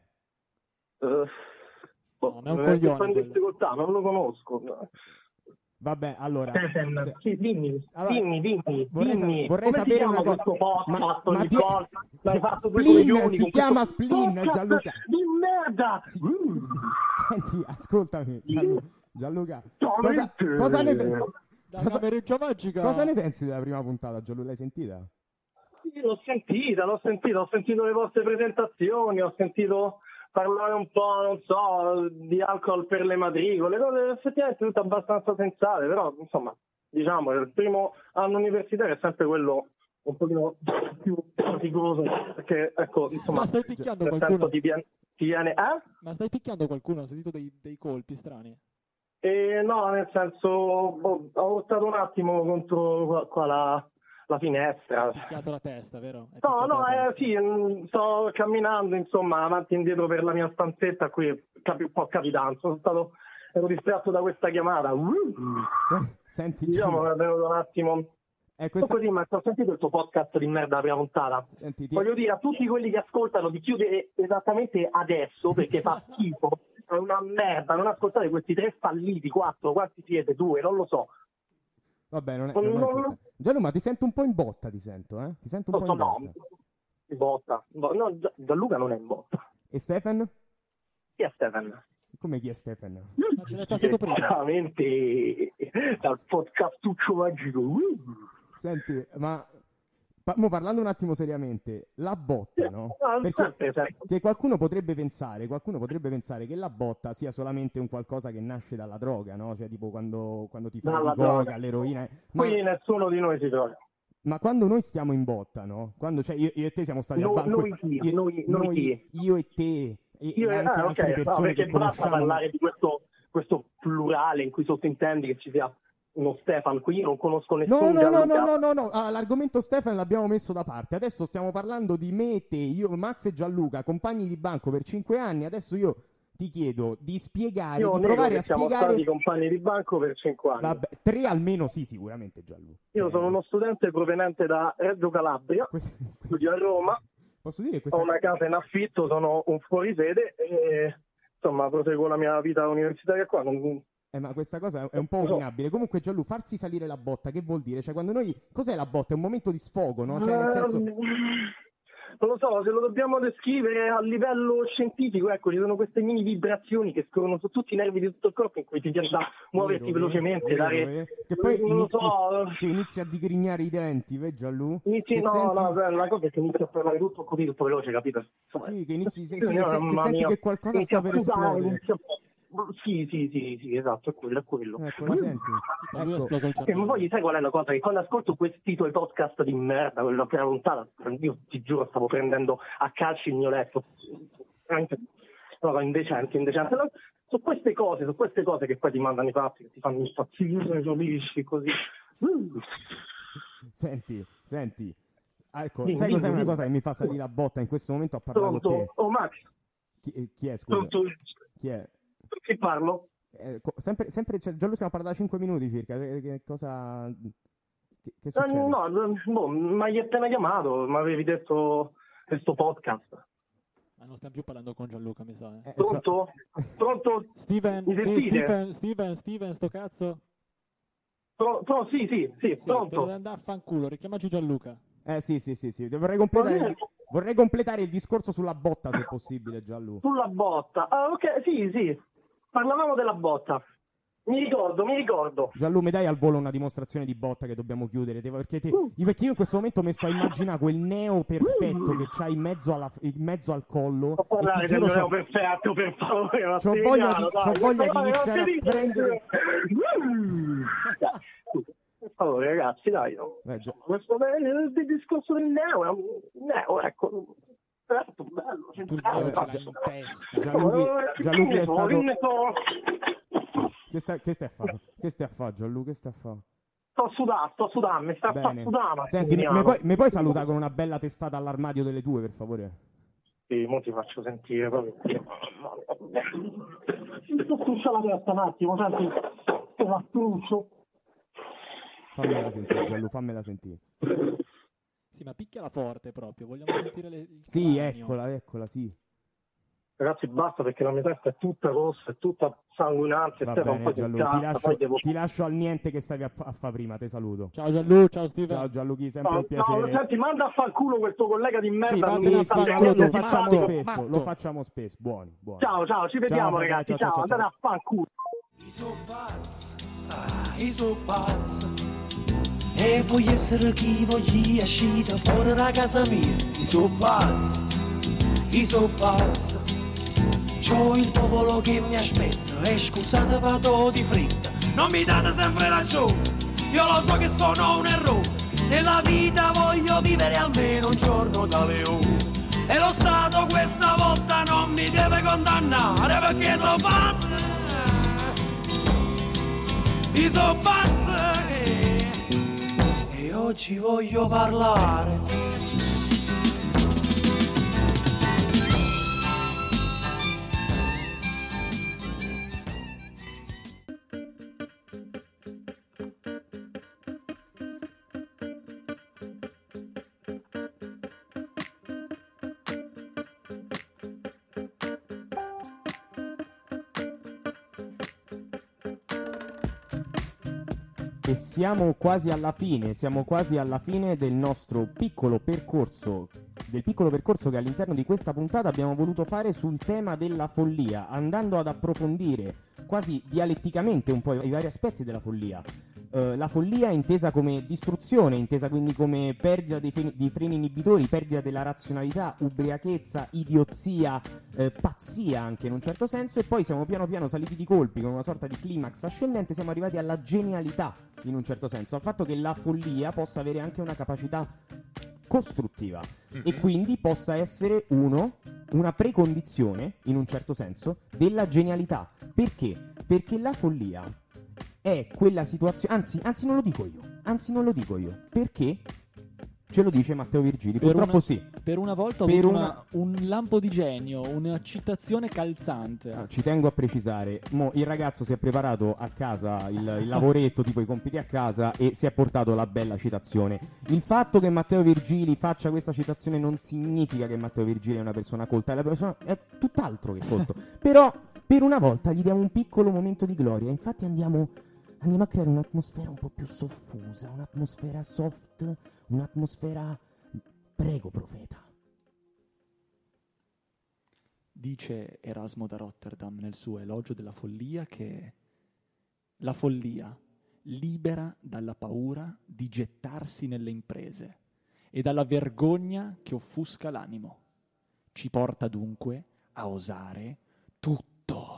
No, è un coglione Sono in quello. difficoltà, non lo conosco. Vabbè, allora... Stefan, sì, dimmi. Vorrei Come sapere si chiama una cosa. questo podcast? Ma ogni volta? L'hai fatto due Splin, coglioni si con chiama questo Splin, podcast Gianluca. di merda! Senti, ascoltami, Gianluca. Veramente? Cosa ne Dalla mereggia magica. Cosa ne pensi della prima puntata, Gianluca? L'hai sentita? Sì, l'ho sentito le vostre presentazioni, ho sentito parlare un po', non so, di alcol per le matricole, cose effettivamente tutte abbastanza sensate, però insomma, diciamo, il primo anno universitario è sempre quello un pochino più faticoso, perché ecco, insomma, Ma stai picchiando nel qualcuno? senso ti viene, Ma stai picchiando qualcuno? Ho sentito dei colpi strani. No, nel senso, ho urtato un attimo contro qua la finestra. Hai picchiato la testa, vero? Hai No, picchiato la testa. sì, sto camminando, insomma, avanti e indietro per la mia stanzetta, qui un po' capitanzo, ero distratto da questa chiamata. Senti, Diciamo che è venuto un attimo... Così, ma ho sentito il tuo podcast di merda la prima puntata. Voglio dire a tutti quelli che ascoltano di chiudere esattamente adesso, perché fa schifo, è una merda, non ascoltate questi 3 falliti, 4, quanti siete? 2, non lo so. Vabbè, non è importante. Gianlu, ma ti sento un po' in botta, Ti sento un po' in botta. In botta. No, Gianluca non è in botta. E Stefan? Chi è Stefan? Come chi è Stefan? Ma ce l'hai passato prima. Chiaramente dal podcastuccio magico. Senti, ma mo parlando un attimo seriamente, la botta, no? Perché qualcuno potrebbe pensare che la botta sia solamente un qualcosa che nasce dalla droga, no? Cioè tipo quando ti fai di coca, l'eroina. Qui nessuno di noi si droga. Ma quando noi stiamo in botta, no? Quando io e te siamo stati al banco. Io e te e anche altre persone che basta conosciamo. parlare di questo plurale in cui sottintendi che ci sia uno Stefan, qui io non conosco nessuno. No. L'argomento Stefan l'abbiamo messo da parte. Adesso stiamo parlando di me e te, io, Max e Gianluca, compagni di banco per 5 anni. Adesso io ti chiedo di spiegare, Io di nego provare che a siamo spiegare. stati compagni di banco per 5 anni. Vabbè, 3 almeno sì, sicuramente Gianluca. Io sono uno studente proveniente da Reggio Calabria, studio a Roma, Posso dire ho una casa in affitto, sono un fuorisede e insomma proseguo la mia vita universitaria qua. Ma questa cosa è un po' opinabile. Comunque, Gianlu, farsi salire la botta, che vuol dire? Cioè, quando noi... Cos'è la botta? È un momento di sfogo, no? Cioè, nel senso... Non lo so, se lo dobbiamo descrivere a livello scientifico, ecco, ci sono queste mini vibrazioni che scorrono su tutti i nervi di tutto il corpo in cui ti viene da muoverti velocemente, dare... Che poi non lo so... inizi a digrignare i denti, vedi Gianlu? Inizi, no, la cosa è che inizia a parlare tutto così, tutto veloce, capito? Insomma, sì, che inizi, che mamma senti mia, che qualcosa inizia sta per a sudare, esplodere. Sì, esatto, è quello. Ecco, la senti? Ma poi sai qual è la cosa? Che quando ascolto questi tuoi podcast di merda, quella prima puntata, io ti giuro stavo prendendo a calci il mio letto. Anche indecente. No, su queste cose che poi ti mandano i fatti, che ti fanno impazzire, capisci, così. Senti. Ecco, Dimmi, sai cos'è dimmi. una cosa che mi fa salire la botta in questo momento a parlare con Pronto? te? Oh Max, Chi è, scusa? pronto? Chi è? Che parlo? Sempre cioè, Gianlu, stiamo parlando da 5 minuti circa. Che cosa... Che succede? Mi hai appena chiamato, mi avevi detto questo podcast. Ma non stiamo più parlando con Gianluca, mi sa. Pronto? Pronto? Steven, Mi sentite? Steven, sto cazzo. Sì, pronto. Devi andare a fanculo, richiamaci Gianluca. Sì. Vorrei completare il discorso sulla botta, se possibile, Gianlu. Sulla botta. Ah, ok, sì. Parlavamo della botta. Mi ricordo. Gianlu, mi dai al volo una dimostrazione di botta che dobbiamo chiudere? Perché io in questo momento mi sto a immaginare quel neo perfetto che c'hai in mezzo al collo. Non parlare del neo perfetto, per favore. C'ho voglia di iniziare a prendere... Per favore, ragazzi, dai. Questo il discorso del neo, ecco. Certo, bello. Gianluca è stato... Che stai a fare, Gianlu? Che stai a fare? Sto sudando, mi sta a sudare. Senti, mi puoi salutare con una bella testata all'armadio delle tue, per favore? Sì, mo ti faccio sentire proprio. Mi sto strusciando la testa un attimo, senti? Te la struscio. Fammela sentire, Gianlu, fammela sentire. Sì, ma picchiala forte proprio, vogliamo sentire il Sì, cranio. eccola, sì. Ragazzi, basta perché la mia testa è tutta rossa, è tutta sanguinante. Va Stefano, bene, poi Gianlu, ti lascio al niente che stavi a fare prima, te saluto. Ciao Gianlu, ciao Steven. Ciao Gianluchi, sempre un piacere. No, senti, manda a fanculo quel tuo collega di merda. Lo facciamo spesso, buoni. Ciao, ci vediamo ragazzi, ciao, andate a fanculo. Io so pazzo e voglio essere chi voglio uscire fuori da casa mia. Io so pazzo, c'ho il popolo che mi aspetta e scusate vado di fretta. Non mi date sempre ragione, io lo so che sono un errore. Nella vita voglio vivere almeno un giorno da leone. E lo Stato questa volta non mi deve condannare perché so pazzo. Io so pazzo e oggi voglio parlare. E siamo quasi alla fine del nostro piccolo percorso che all'interno di questa puntata abbiamo voluto fare sul tema della follia, andando ad approfondire quasi dialetticamente un po' i vari aspetti della follia. La follia intesa come distruzione, intesa quindi come perdita di freni inibitori, perdita della razionalità, ubriachezza, idiozia, pazzia anche in un certo senso, e poi siamo piano piano saliti di colpi con una sorta di climax ascendente, siamo arrivati alla genialità in un certo senso, al fatto che la follia possa avere anche una capacità costruttiva e quindi possa essere una precondizione in un certo senso della genialità. Perché? Perché la follia è quella situazione, anzi non lo dico io, perché Ce lo dice Matteo Virgili, Per purtroppo una- sì. Per una volta ho Per avuto un lampo di genio, una citazione calzante. Ci tengo a precisare, il ragazzo si è preparato a casa il lavoretto, tipo i compiti a casa, e si è portato la bella citazione. Il fatto che Matteo Virgili faccia questa citazione non significa che Matteo Virgili è una persona colta, è tutt'altro che colto. Però per una volta gli diamo un piccolo momento di gloria, infatti andiamo a creare un'atmosfera un po' più soffusa, un'atmosfera soft, un'atmosfera... Prego, profeta. Dice Erasmo da Rotterdam nel suo elogio della follia che la follia libera dalla paura di gettarsi nelle imprese e dalla vergogna che offusca l'animo. Ci porta dunque a osare tutto.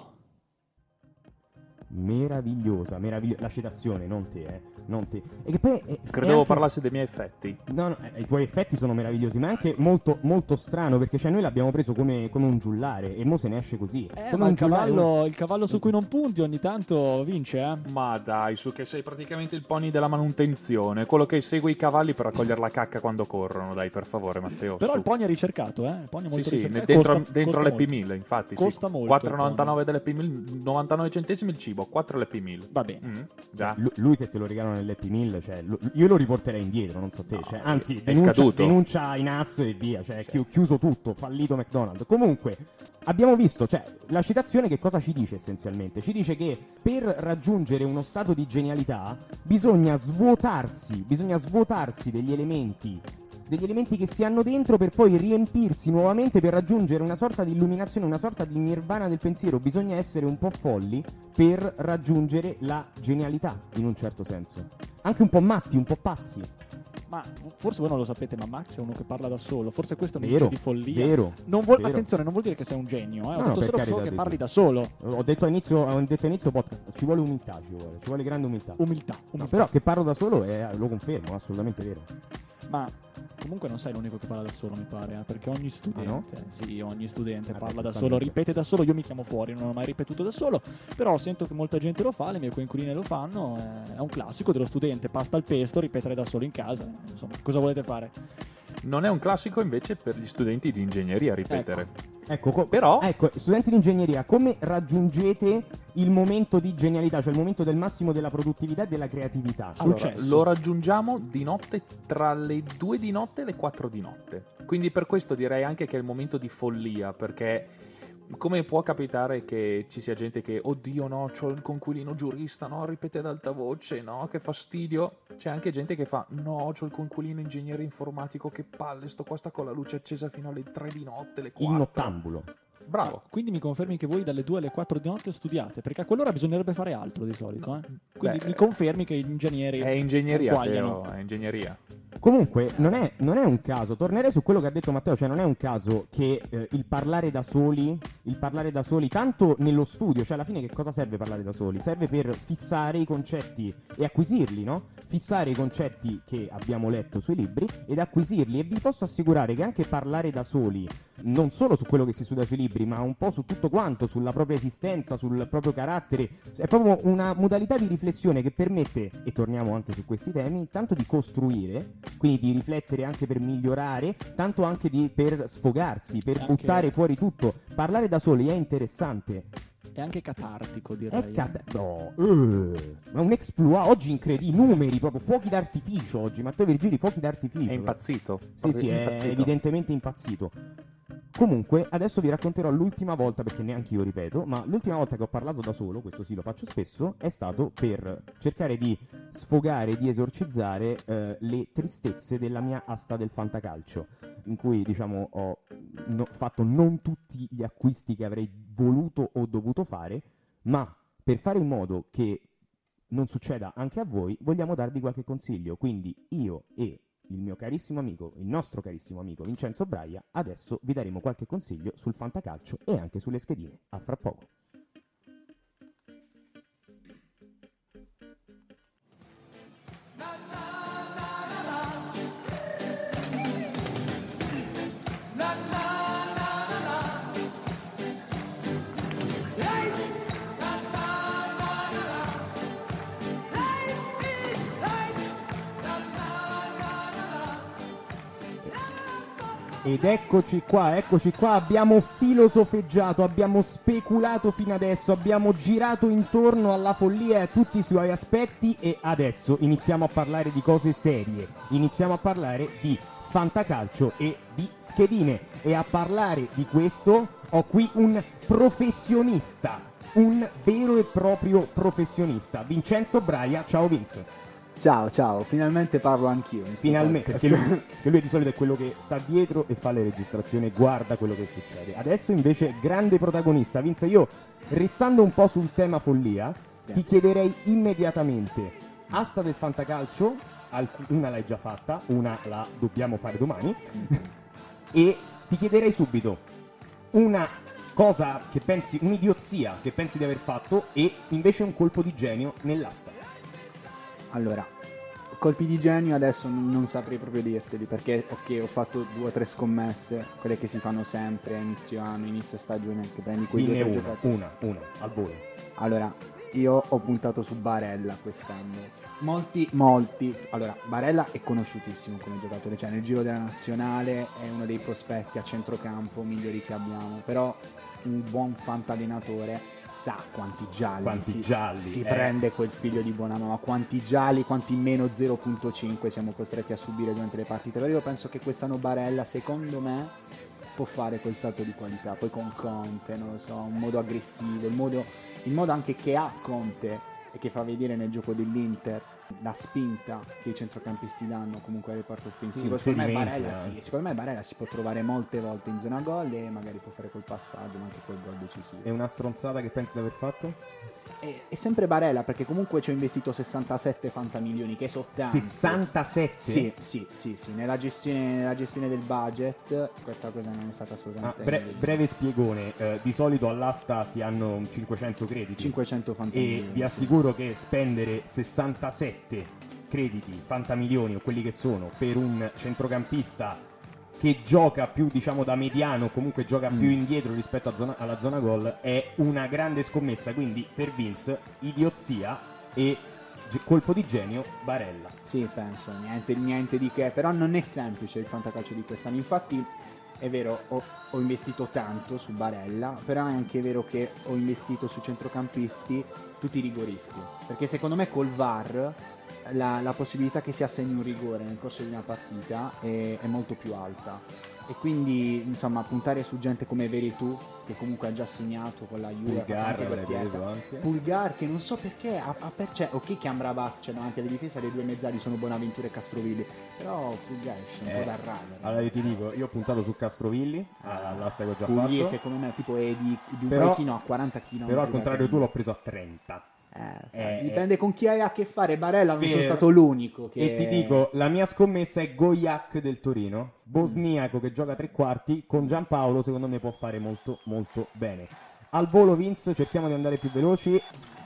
Meravigliosa, la citazione, non te. E che poi Credevo parlassi dei miei effetti. No, i tuoi effetti sono meravigliosi, ma è anche molto, molto strano, perché noi l'abbiamo preso come un giullare e mo se ne esce così. Come Ma un il cavallo su cui non punti ogni tanto vince, eh? Ma dai, su che sei praticamente il pony della manutenzione, quello che segue i cavalli per raccogliere la cacca quando corrono, dai, per favore, Matteo. Però su. il pony è ricercato, eh? Il pony è molto Sì, ricercato. dentro Costa l'Happy molto. Meal, infatti. Costa sì. molto. 4,99 dell'Happy Meal, 99 centesimi il cibo, 4 l'Happy Meal. Va bene. Già. Lui se te lo regalano nell'Happy Meal, cioè, io lo riporterei indietro, non so te. Cioè, anzi, è scaduto. denuncia in AS e via, cioè, chiuso tutto, fallito McDonald's. Comunque, abbiamo visto, cioè, la citazione che cosa ci dice essenzialmente? Ci dice che per raggiungere uno stato di genialità bisogna svuotarsi degli elementi che si hanno dentro per poi riempirsi nuovamente per raggiungere una sorta di illuminazione, una sorta di nirvana del pensiero. Bisogna essere un po' folli per raggiungere la genialità, in un certo senso. Anche un po' matti, un po' pazzi. Ma forse voi non lo sapete, ma Max è uno che parla da solo. Forse questo è un Vero, indice di follia. vero. Attenzione, non vuol dire che sei un genio, No, ho detto per solo carità che di parli Dio. da solo. Ho detto a inizio podcast, ci vuole umiltà, ci vuole grande umiltà. Umiltà. No, però che parlo da solo lo confermo, assolutamente vero. Ma comunque non sei l'unico che parla da solo, mi pare, perché ogni studente, sì, ogni studente parla da giustamente. solo, ripete da solo. Io mi chiamo fuori, non ho mai ripetuto da solo, però sento che molta gente lo fa, le mie coinquiline lo fanno, è un classico dello studente, pasta al pesto, ripetere da solo in casa, insomma, cosa volete fare? Non è un classico invece per gli studenti di ingegneria ripetere. Però studenti di ingegneria, come raggiungete il momento di genialità, cioè il momento del massimo della produttività e della creatività? Allora, lo raggiungiamo di notte, tra le 2 di notte e le 4 di notte. Quindi per questo direi anche che è il momento di follia, perché come può capitare che ci sia gente che oddio no, c'ho il conquilino giurista, no, ripete ad alta voce, no, che fastidio. C'è anche gente che fa no, c'ho il conquilino ingegnere informatico, che palle, sto qua sta con la luce accesa fino alle 3 di notte, le 4. Il nottambulo. Bravo. Quindi mi confermi che voi dalle 2 alle 4 di notte studiate? Perché a quell'ora bisognerebbe fare altro di solito, eh? Quindi mi confermi che gli ingegneri È ingegneria, conguagliano. Teo, è ingegneria. Comunque non è un caso, tornerei su quello che ha detto Matteo, cioè non è un caso che il parlare da soli, tanto nello studio, cioè alla fine che cosa serve parlare da soli? Serve per fissare i concetti e acquisirli, no? Fissare i concetti che abbiamo letto sui libri ed acquisirli, e vi posso assicurare che anche parlare da soli, non solo su quello che si studia sui libri, ma un po' su tutto quanto, sulla propria esistenza, sul proprio carattere, è proprio una modalità di riflessione che permette, e torniamo anche su questi temi, tanto di costruire, quindi di riflettere anche per migliorare, tanto anche per sfogarsi, per buttare fuori tutto. Parlare da soli è interessante. È anche catartico, direi. Ma un exploit oggi incredibile, numeri proprio, fuochi d'artificio oggi. Matteo Virgili, fuochi d'artificio. È impazzito. Sì, è evidentemente impazzito. Comunque, adesso vi racconterò l'ultima volta, perché neanche io ripeto, ma l'ultima volta che ho parlato da solo, questo sì lo faccio spesso, è stato per cercare di sfogare, di esorcizzare le tristezze della mia asta del fantacalcio, in cui diciamo ho fatto non tutti gli acquisti che avrei voluto o dovuto fare, ma per fare in modo che non succeda anche a voi, vogliamo darvi qualche consiglio. Quindi io e il nostro carissimo amico Vincenzo Braia, adesso vi daremo qualche consiglio sul fantacalcio e anche sulle schedine. A fra poco. Ed eccoci qua, abbiamo filosofeggiato, abbiamo speculato fino adesso, abbiamo girato intorno alla follia e a tutti i suoi aspetti e adesso iniziamo a parlare di cose serie, iniziamo a parlare di fantacalcio e di schedine e a parlare di questo ho qui un professionista, un vero e proprio professionista, Vincenzo Braia. Ciao Vince. Ciao, finalmente parlo anch'io. Finalmente, perché lui di solito è quello che sta dietro e fa le registrazioni e guarda quello che succede. Adesso invece grande protagonista. Vince, io restando un po' sul tema follia, ti chiederei immediatamente, asta del fantacalcio, una l'hai già fatta, una la dobbiamo fare domani, e ti chiederei subito una cosa che pensi, un'idiozia che pensi di aver fatto e invece un colpo di genio nell'asta. Allora, colpi di genio adesso non saprei proprio dirteli, perché ok, ho fatto 2 o 3 scommesse, quelle che si fanno sempre a inizio anno, inizio stagione, che prendi quei due giocatori. Una, al volo. Allora, io ho puntato su Barella quest'anno. Molti. Allora, Barella è conosciutissimo come giocatore, cioè nel giro della nazionale è uno dei prospetti a centrocampo migliori che abbiamo, però un buon fantallenatore sa quanti gialli si prende quel figlio di buona mamma, quanti gialli, quanti meno 0.5 siamo costretti a subire durante le partite. Però io penso che quest'anno Barella, secondo me, può fare quel salto di qualità. Poi con Conte, non lo so, un modo aggressivo, il modo anche che ha Conte e che fa vedere nel gioco dell'Inter, la spinta che i centrocampisti danno comunque al reparto offensivo. Secondo me Barella si può trovare molte volte in zona gol e magari può fare quel passaggio, ma anche quel gol decisivo. È una stronzata che pensi di aver fatto? È sempre Barella, perché comunque ci ho investito 67 fantamilioni, che sono tanti. 67? Sì, nella gestione del budget questa cosa non è stata assolutamente breve spiegone, di solito all'asta si hanno 500 crediti 500 fantamilioni e vi assicuro che spendere 67 crediti fantamilioni o quelli che sono per un centrocampista che gioca più, diciamo, da mediano, comunque gioca più indietro rispetto alla zona gol, è una grande scommessa. Quindi per Vince idiozia e colpo di genio Barella. Sì, penso, niente di che, però non è semplice il fantacalcio di quest'anno. Infatti è vero, ho investito tanto su Barella, però è anche vero che ho investito su centrocampisti tutti rigoristi, perché secondo me col VAR la possibilità che si assegni un rigore nel corso di una partita è molto più alta, e quindi insomma puntare su gente come Veretù, che comunque ha già segnato con la Juve, Pulgar, che non so perché cioè, ok che Amrabat c'è davanti alle difese, le due mezzali sono Bonaventura e Castrovilli, però Pulgar esce un po' dal radar. Allora io ti dico, io ho puntato su Castrovilli all'asta che ho già fatto, secondo me tipo è di un paesino a 40 km, però al contrario tu l'ho preso a 30. Dipende con chi hai a che fare. Barella non sono stato l'unico che... E ti dico, la mia scommessa è Gojak del Torino, bosniaco che gioca tre quarti, con Giampaolo secondo me può fare molto molto bene. Al volo Vince, cerchiamo di andare più veloci.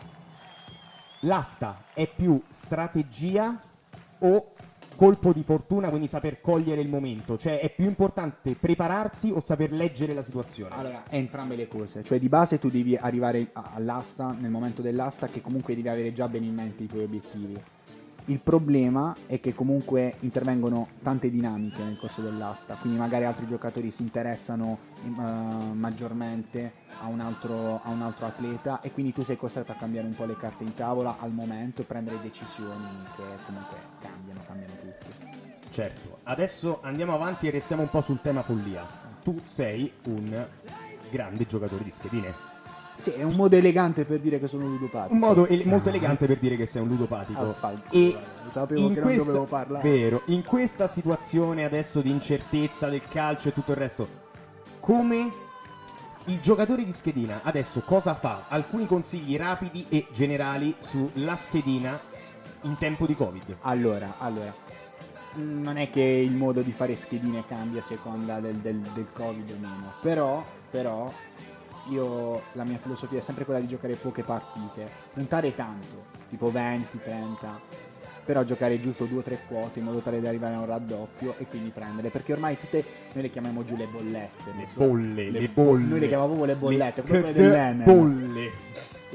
L'asta è più strategia o colpo di fortuna, quindi saper cogliere il momento? Cioè è più importante prepararsi o saper leggere la situazione? Allora, entrambe le cose. Cioè di base tu devi arrivare all'asta, nel momento dell'asta, che comunque devi avere già bene in mente i tuoi obiettivi. Il problema è che comunque intervengono tante dinamiche nel corso dell'asta, quindi magari altri giocatori si interessano maggiormente a un altro atleta, e quindi tu sei costretto a cambiare un po' le carte in tavola al momento e prendere decisioni che comunque cambiano tutti. Certo, adesso andiamo avanti e restiamo un po' sul tema follia. Tu sei un grande giocatore di schedine. Sì, è un modo elegante per dire che sono ludopatico. Un modo molto elegante per dire che sei un ludopatico. E sapevo che non dovevo parlare. Vero, in questa situazione adesso di incertezza del calcio e tutto il resto, come il giocatore di schedina adesso cosa fa? Alcuni consigli rapidi e generali sulla schedina in tempo di Covid. Allora, non è che il modo di fare schedine cambia a seconda del Covid o meno, però la mia filosofia è sempre quella di giocare poche partite, puntare tanto, tipo 20, 30, però giocare giusto 2 o 3 quote in modo tale da arrivare a un raddoppio e quindi prendere, perché ormai noi le chiamiamo giù le bollette, le bolle. Noi le chiamiamo proprio le bollette, proprio quelle dell'Enel. Bolle.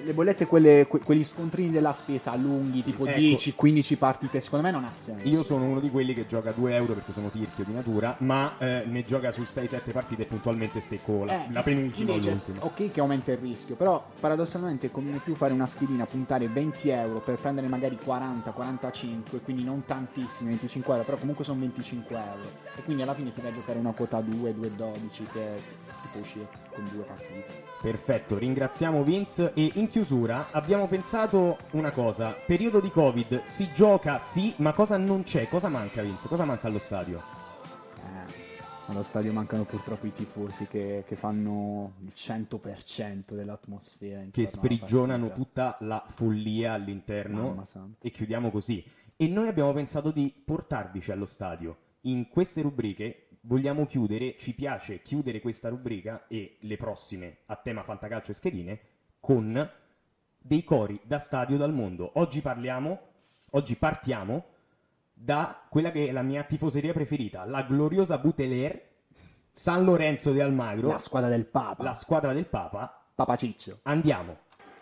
le bollette, quegli scontrini della spesa lunghi, tipo ecco. 10-15 partite, secondo me non ha senso. Io sono uno di quelli che gioca 2 euro perché sono tirchio di natura, ma ne gioca su 6-7 partite e puntualmente stecco la penultima o invece, l'ultima. ok che aumenta il rischio, però paradossalmente conviene più fare una schedina, puntare 20 euro per prendere magari 40-45, quindi non tantissimi, 25 euro, però comunque sono 25 euro. E quindi alla fine ti vai a giocare una quota 2-2-12 che ti può uscire con 2 partite. Perfetto, ringraziamo Vince e in chiusura abbiamo pensato una cosa, periodo di Covid, si gioca sì, ma cosa non c'è? Cosa manca Vince? Cosa manca allo stadio? Allo stadio mancano purtroppo i tifosi che fanno il 100% dell'atmosfera. Che sprigionano tutta la follia all'interno. Mamma santa. E chiudiamo così. E noi abbiamo pensato di portarvici allo stadio. In queste rubriche vogliamo chiudere, ci piace chiudere questa rubrica e le prossime a tema fantacalcio e schedine con dei cori da stadio dal mondo. Oggi partiamo da quella che è la mia tifoseria preferita, la gloriosa Buteler, San Lorenzo de Almagro, La squadra del Papa. la squadra del Papa. Papa Ciccio. Andiamo.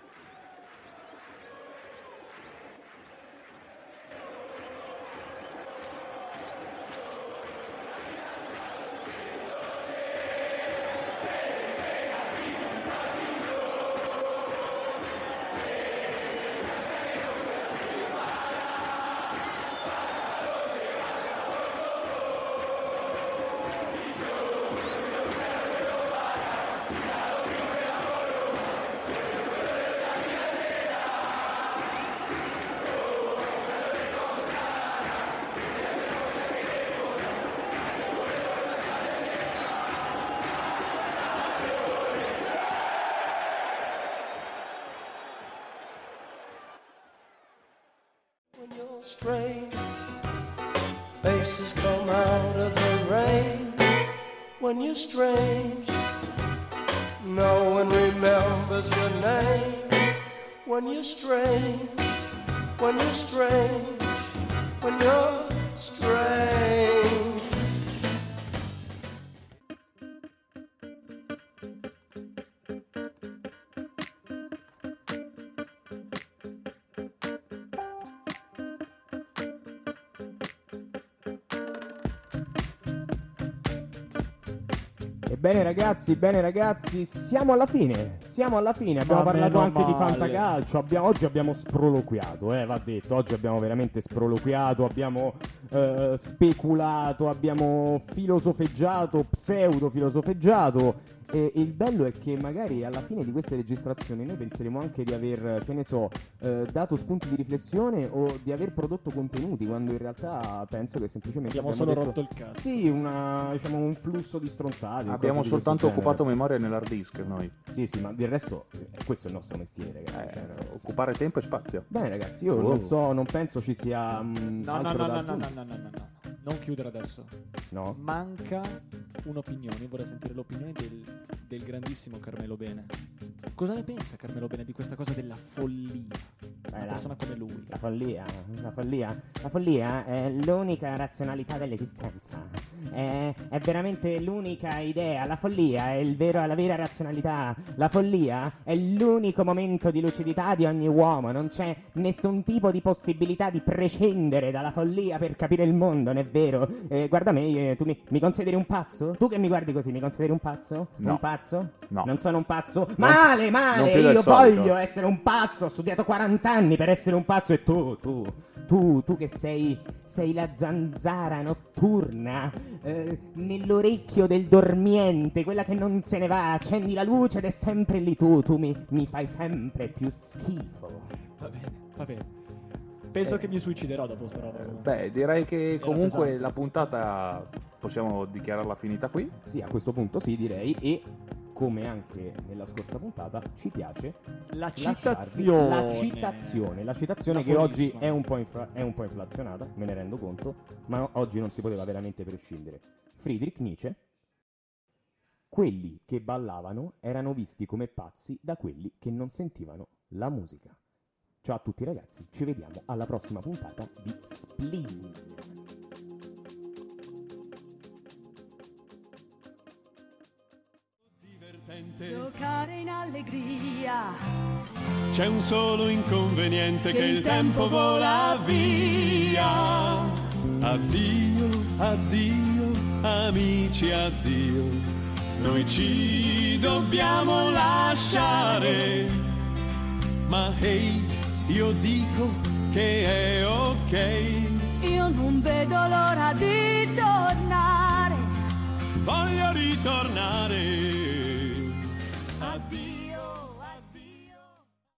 Strange faces come out of the rain. When you're strange, no one remembers your name. When you're strange, when you're strange, when you're strange. Bene ragazzi, siamo alla fine, abbiamo parlato anche di fantacalcio, oggi abbiamo sproloquiato, va detto, oggi abbiamo veramente sproloquiato, abbiamo speculato, abbiamo filosofeggiato, pseudo-filosofeggiato, e il bello è che magari alla fine di queste registrazioni noi penseremo anche di aver, che ne so, dato spunti di riflessione o di aver prodotto contenuti, quando in realtà penso che semplicemente abbiamo solo rotto il cazzo. Sì, un flusso di stronzate. Abbiamo soltanto occupato memoria nell'hard disk noi. Sì, ma del resto questo è il nostro mestiere, ragazzi. Occupare tempo e spazio. Bene ragazzi, io non penso ci sia No. Non chiudere adesso. No. Manca un'opinione, vorrei sentire l'opinione del grandissimo Carmelo Bene. Cosa ne pensa Carmelo Bene di questa cosa della follia? Una persona come lui. La follia è l'unica razionalità dell'esistenza. È veramente l'unica idea. La follia è la vera razionalità. La follia è l'unico momento di lucidità di ogni uomo. Non c'è nessun tipo di possibilità di prescindere dalla follia per capire il mondo, non è vero? Guarda me, tu mi consideri un pazzo? Tu che mi guardi così, mi consideri un pazzo? No. Un pazzo? No. Non sono un pazzo? Male! non più del Io solito. voglio essere un pazzo, ho studiato 40 anni per essere un pazzo e tu che sei la zanzara notturna nell'orecchio del dormiente, quella che non se ne va, accendi la luce ed è sempre lì tu mi fai sempre più schifo. Va bene. Penso che mi suiciderò dopo sta roba. Beh, direi che Era comunque pesante. la puntata possiamo dichiararla finita qui. Sì, a questo punto sì, direi, e come anche nella scorsa puntata ci piace La lasciarvi citazione. la citazione che L'aforisma. oggi è un po' inflazionata, me ne rendo conto, ma oggi non si poteva veramente prescindere. Friedrich Nietzsche: quelli che ballavano erano visti come pazzi da quelli che non sentivano la musica. Ciao a tutti ragazzi, ci vediamo alla prossima puntata di Spleen. giocare in allegria. C'è un solo inconveniente, che il tempo vola via. Addio, addio, amici, addio. Noi ci dobbiamo lasciare. Ma hey, io dico che è ok.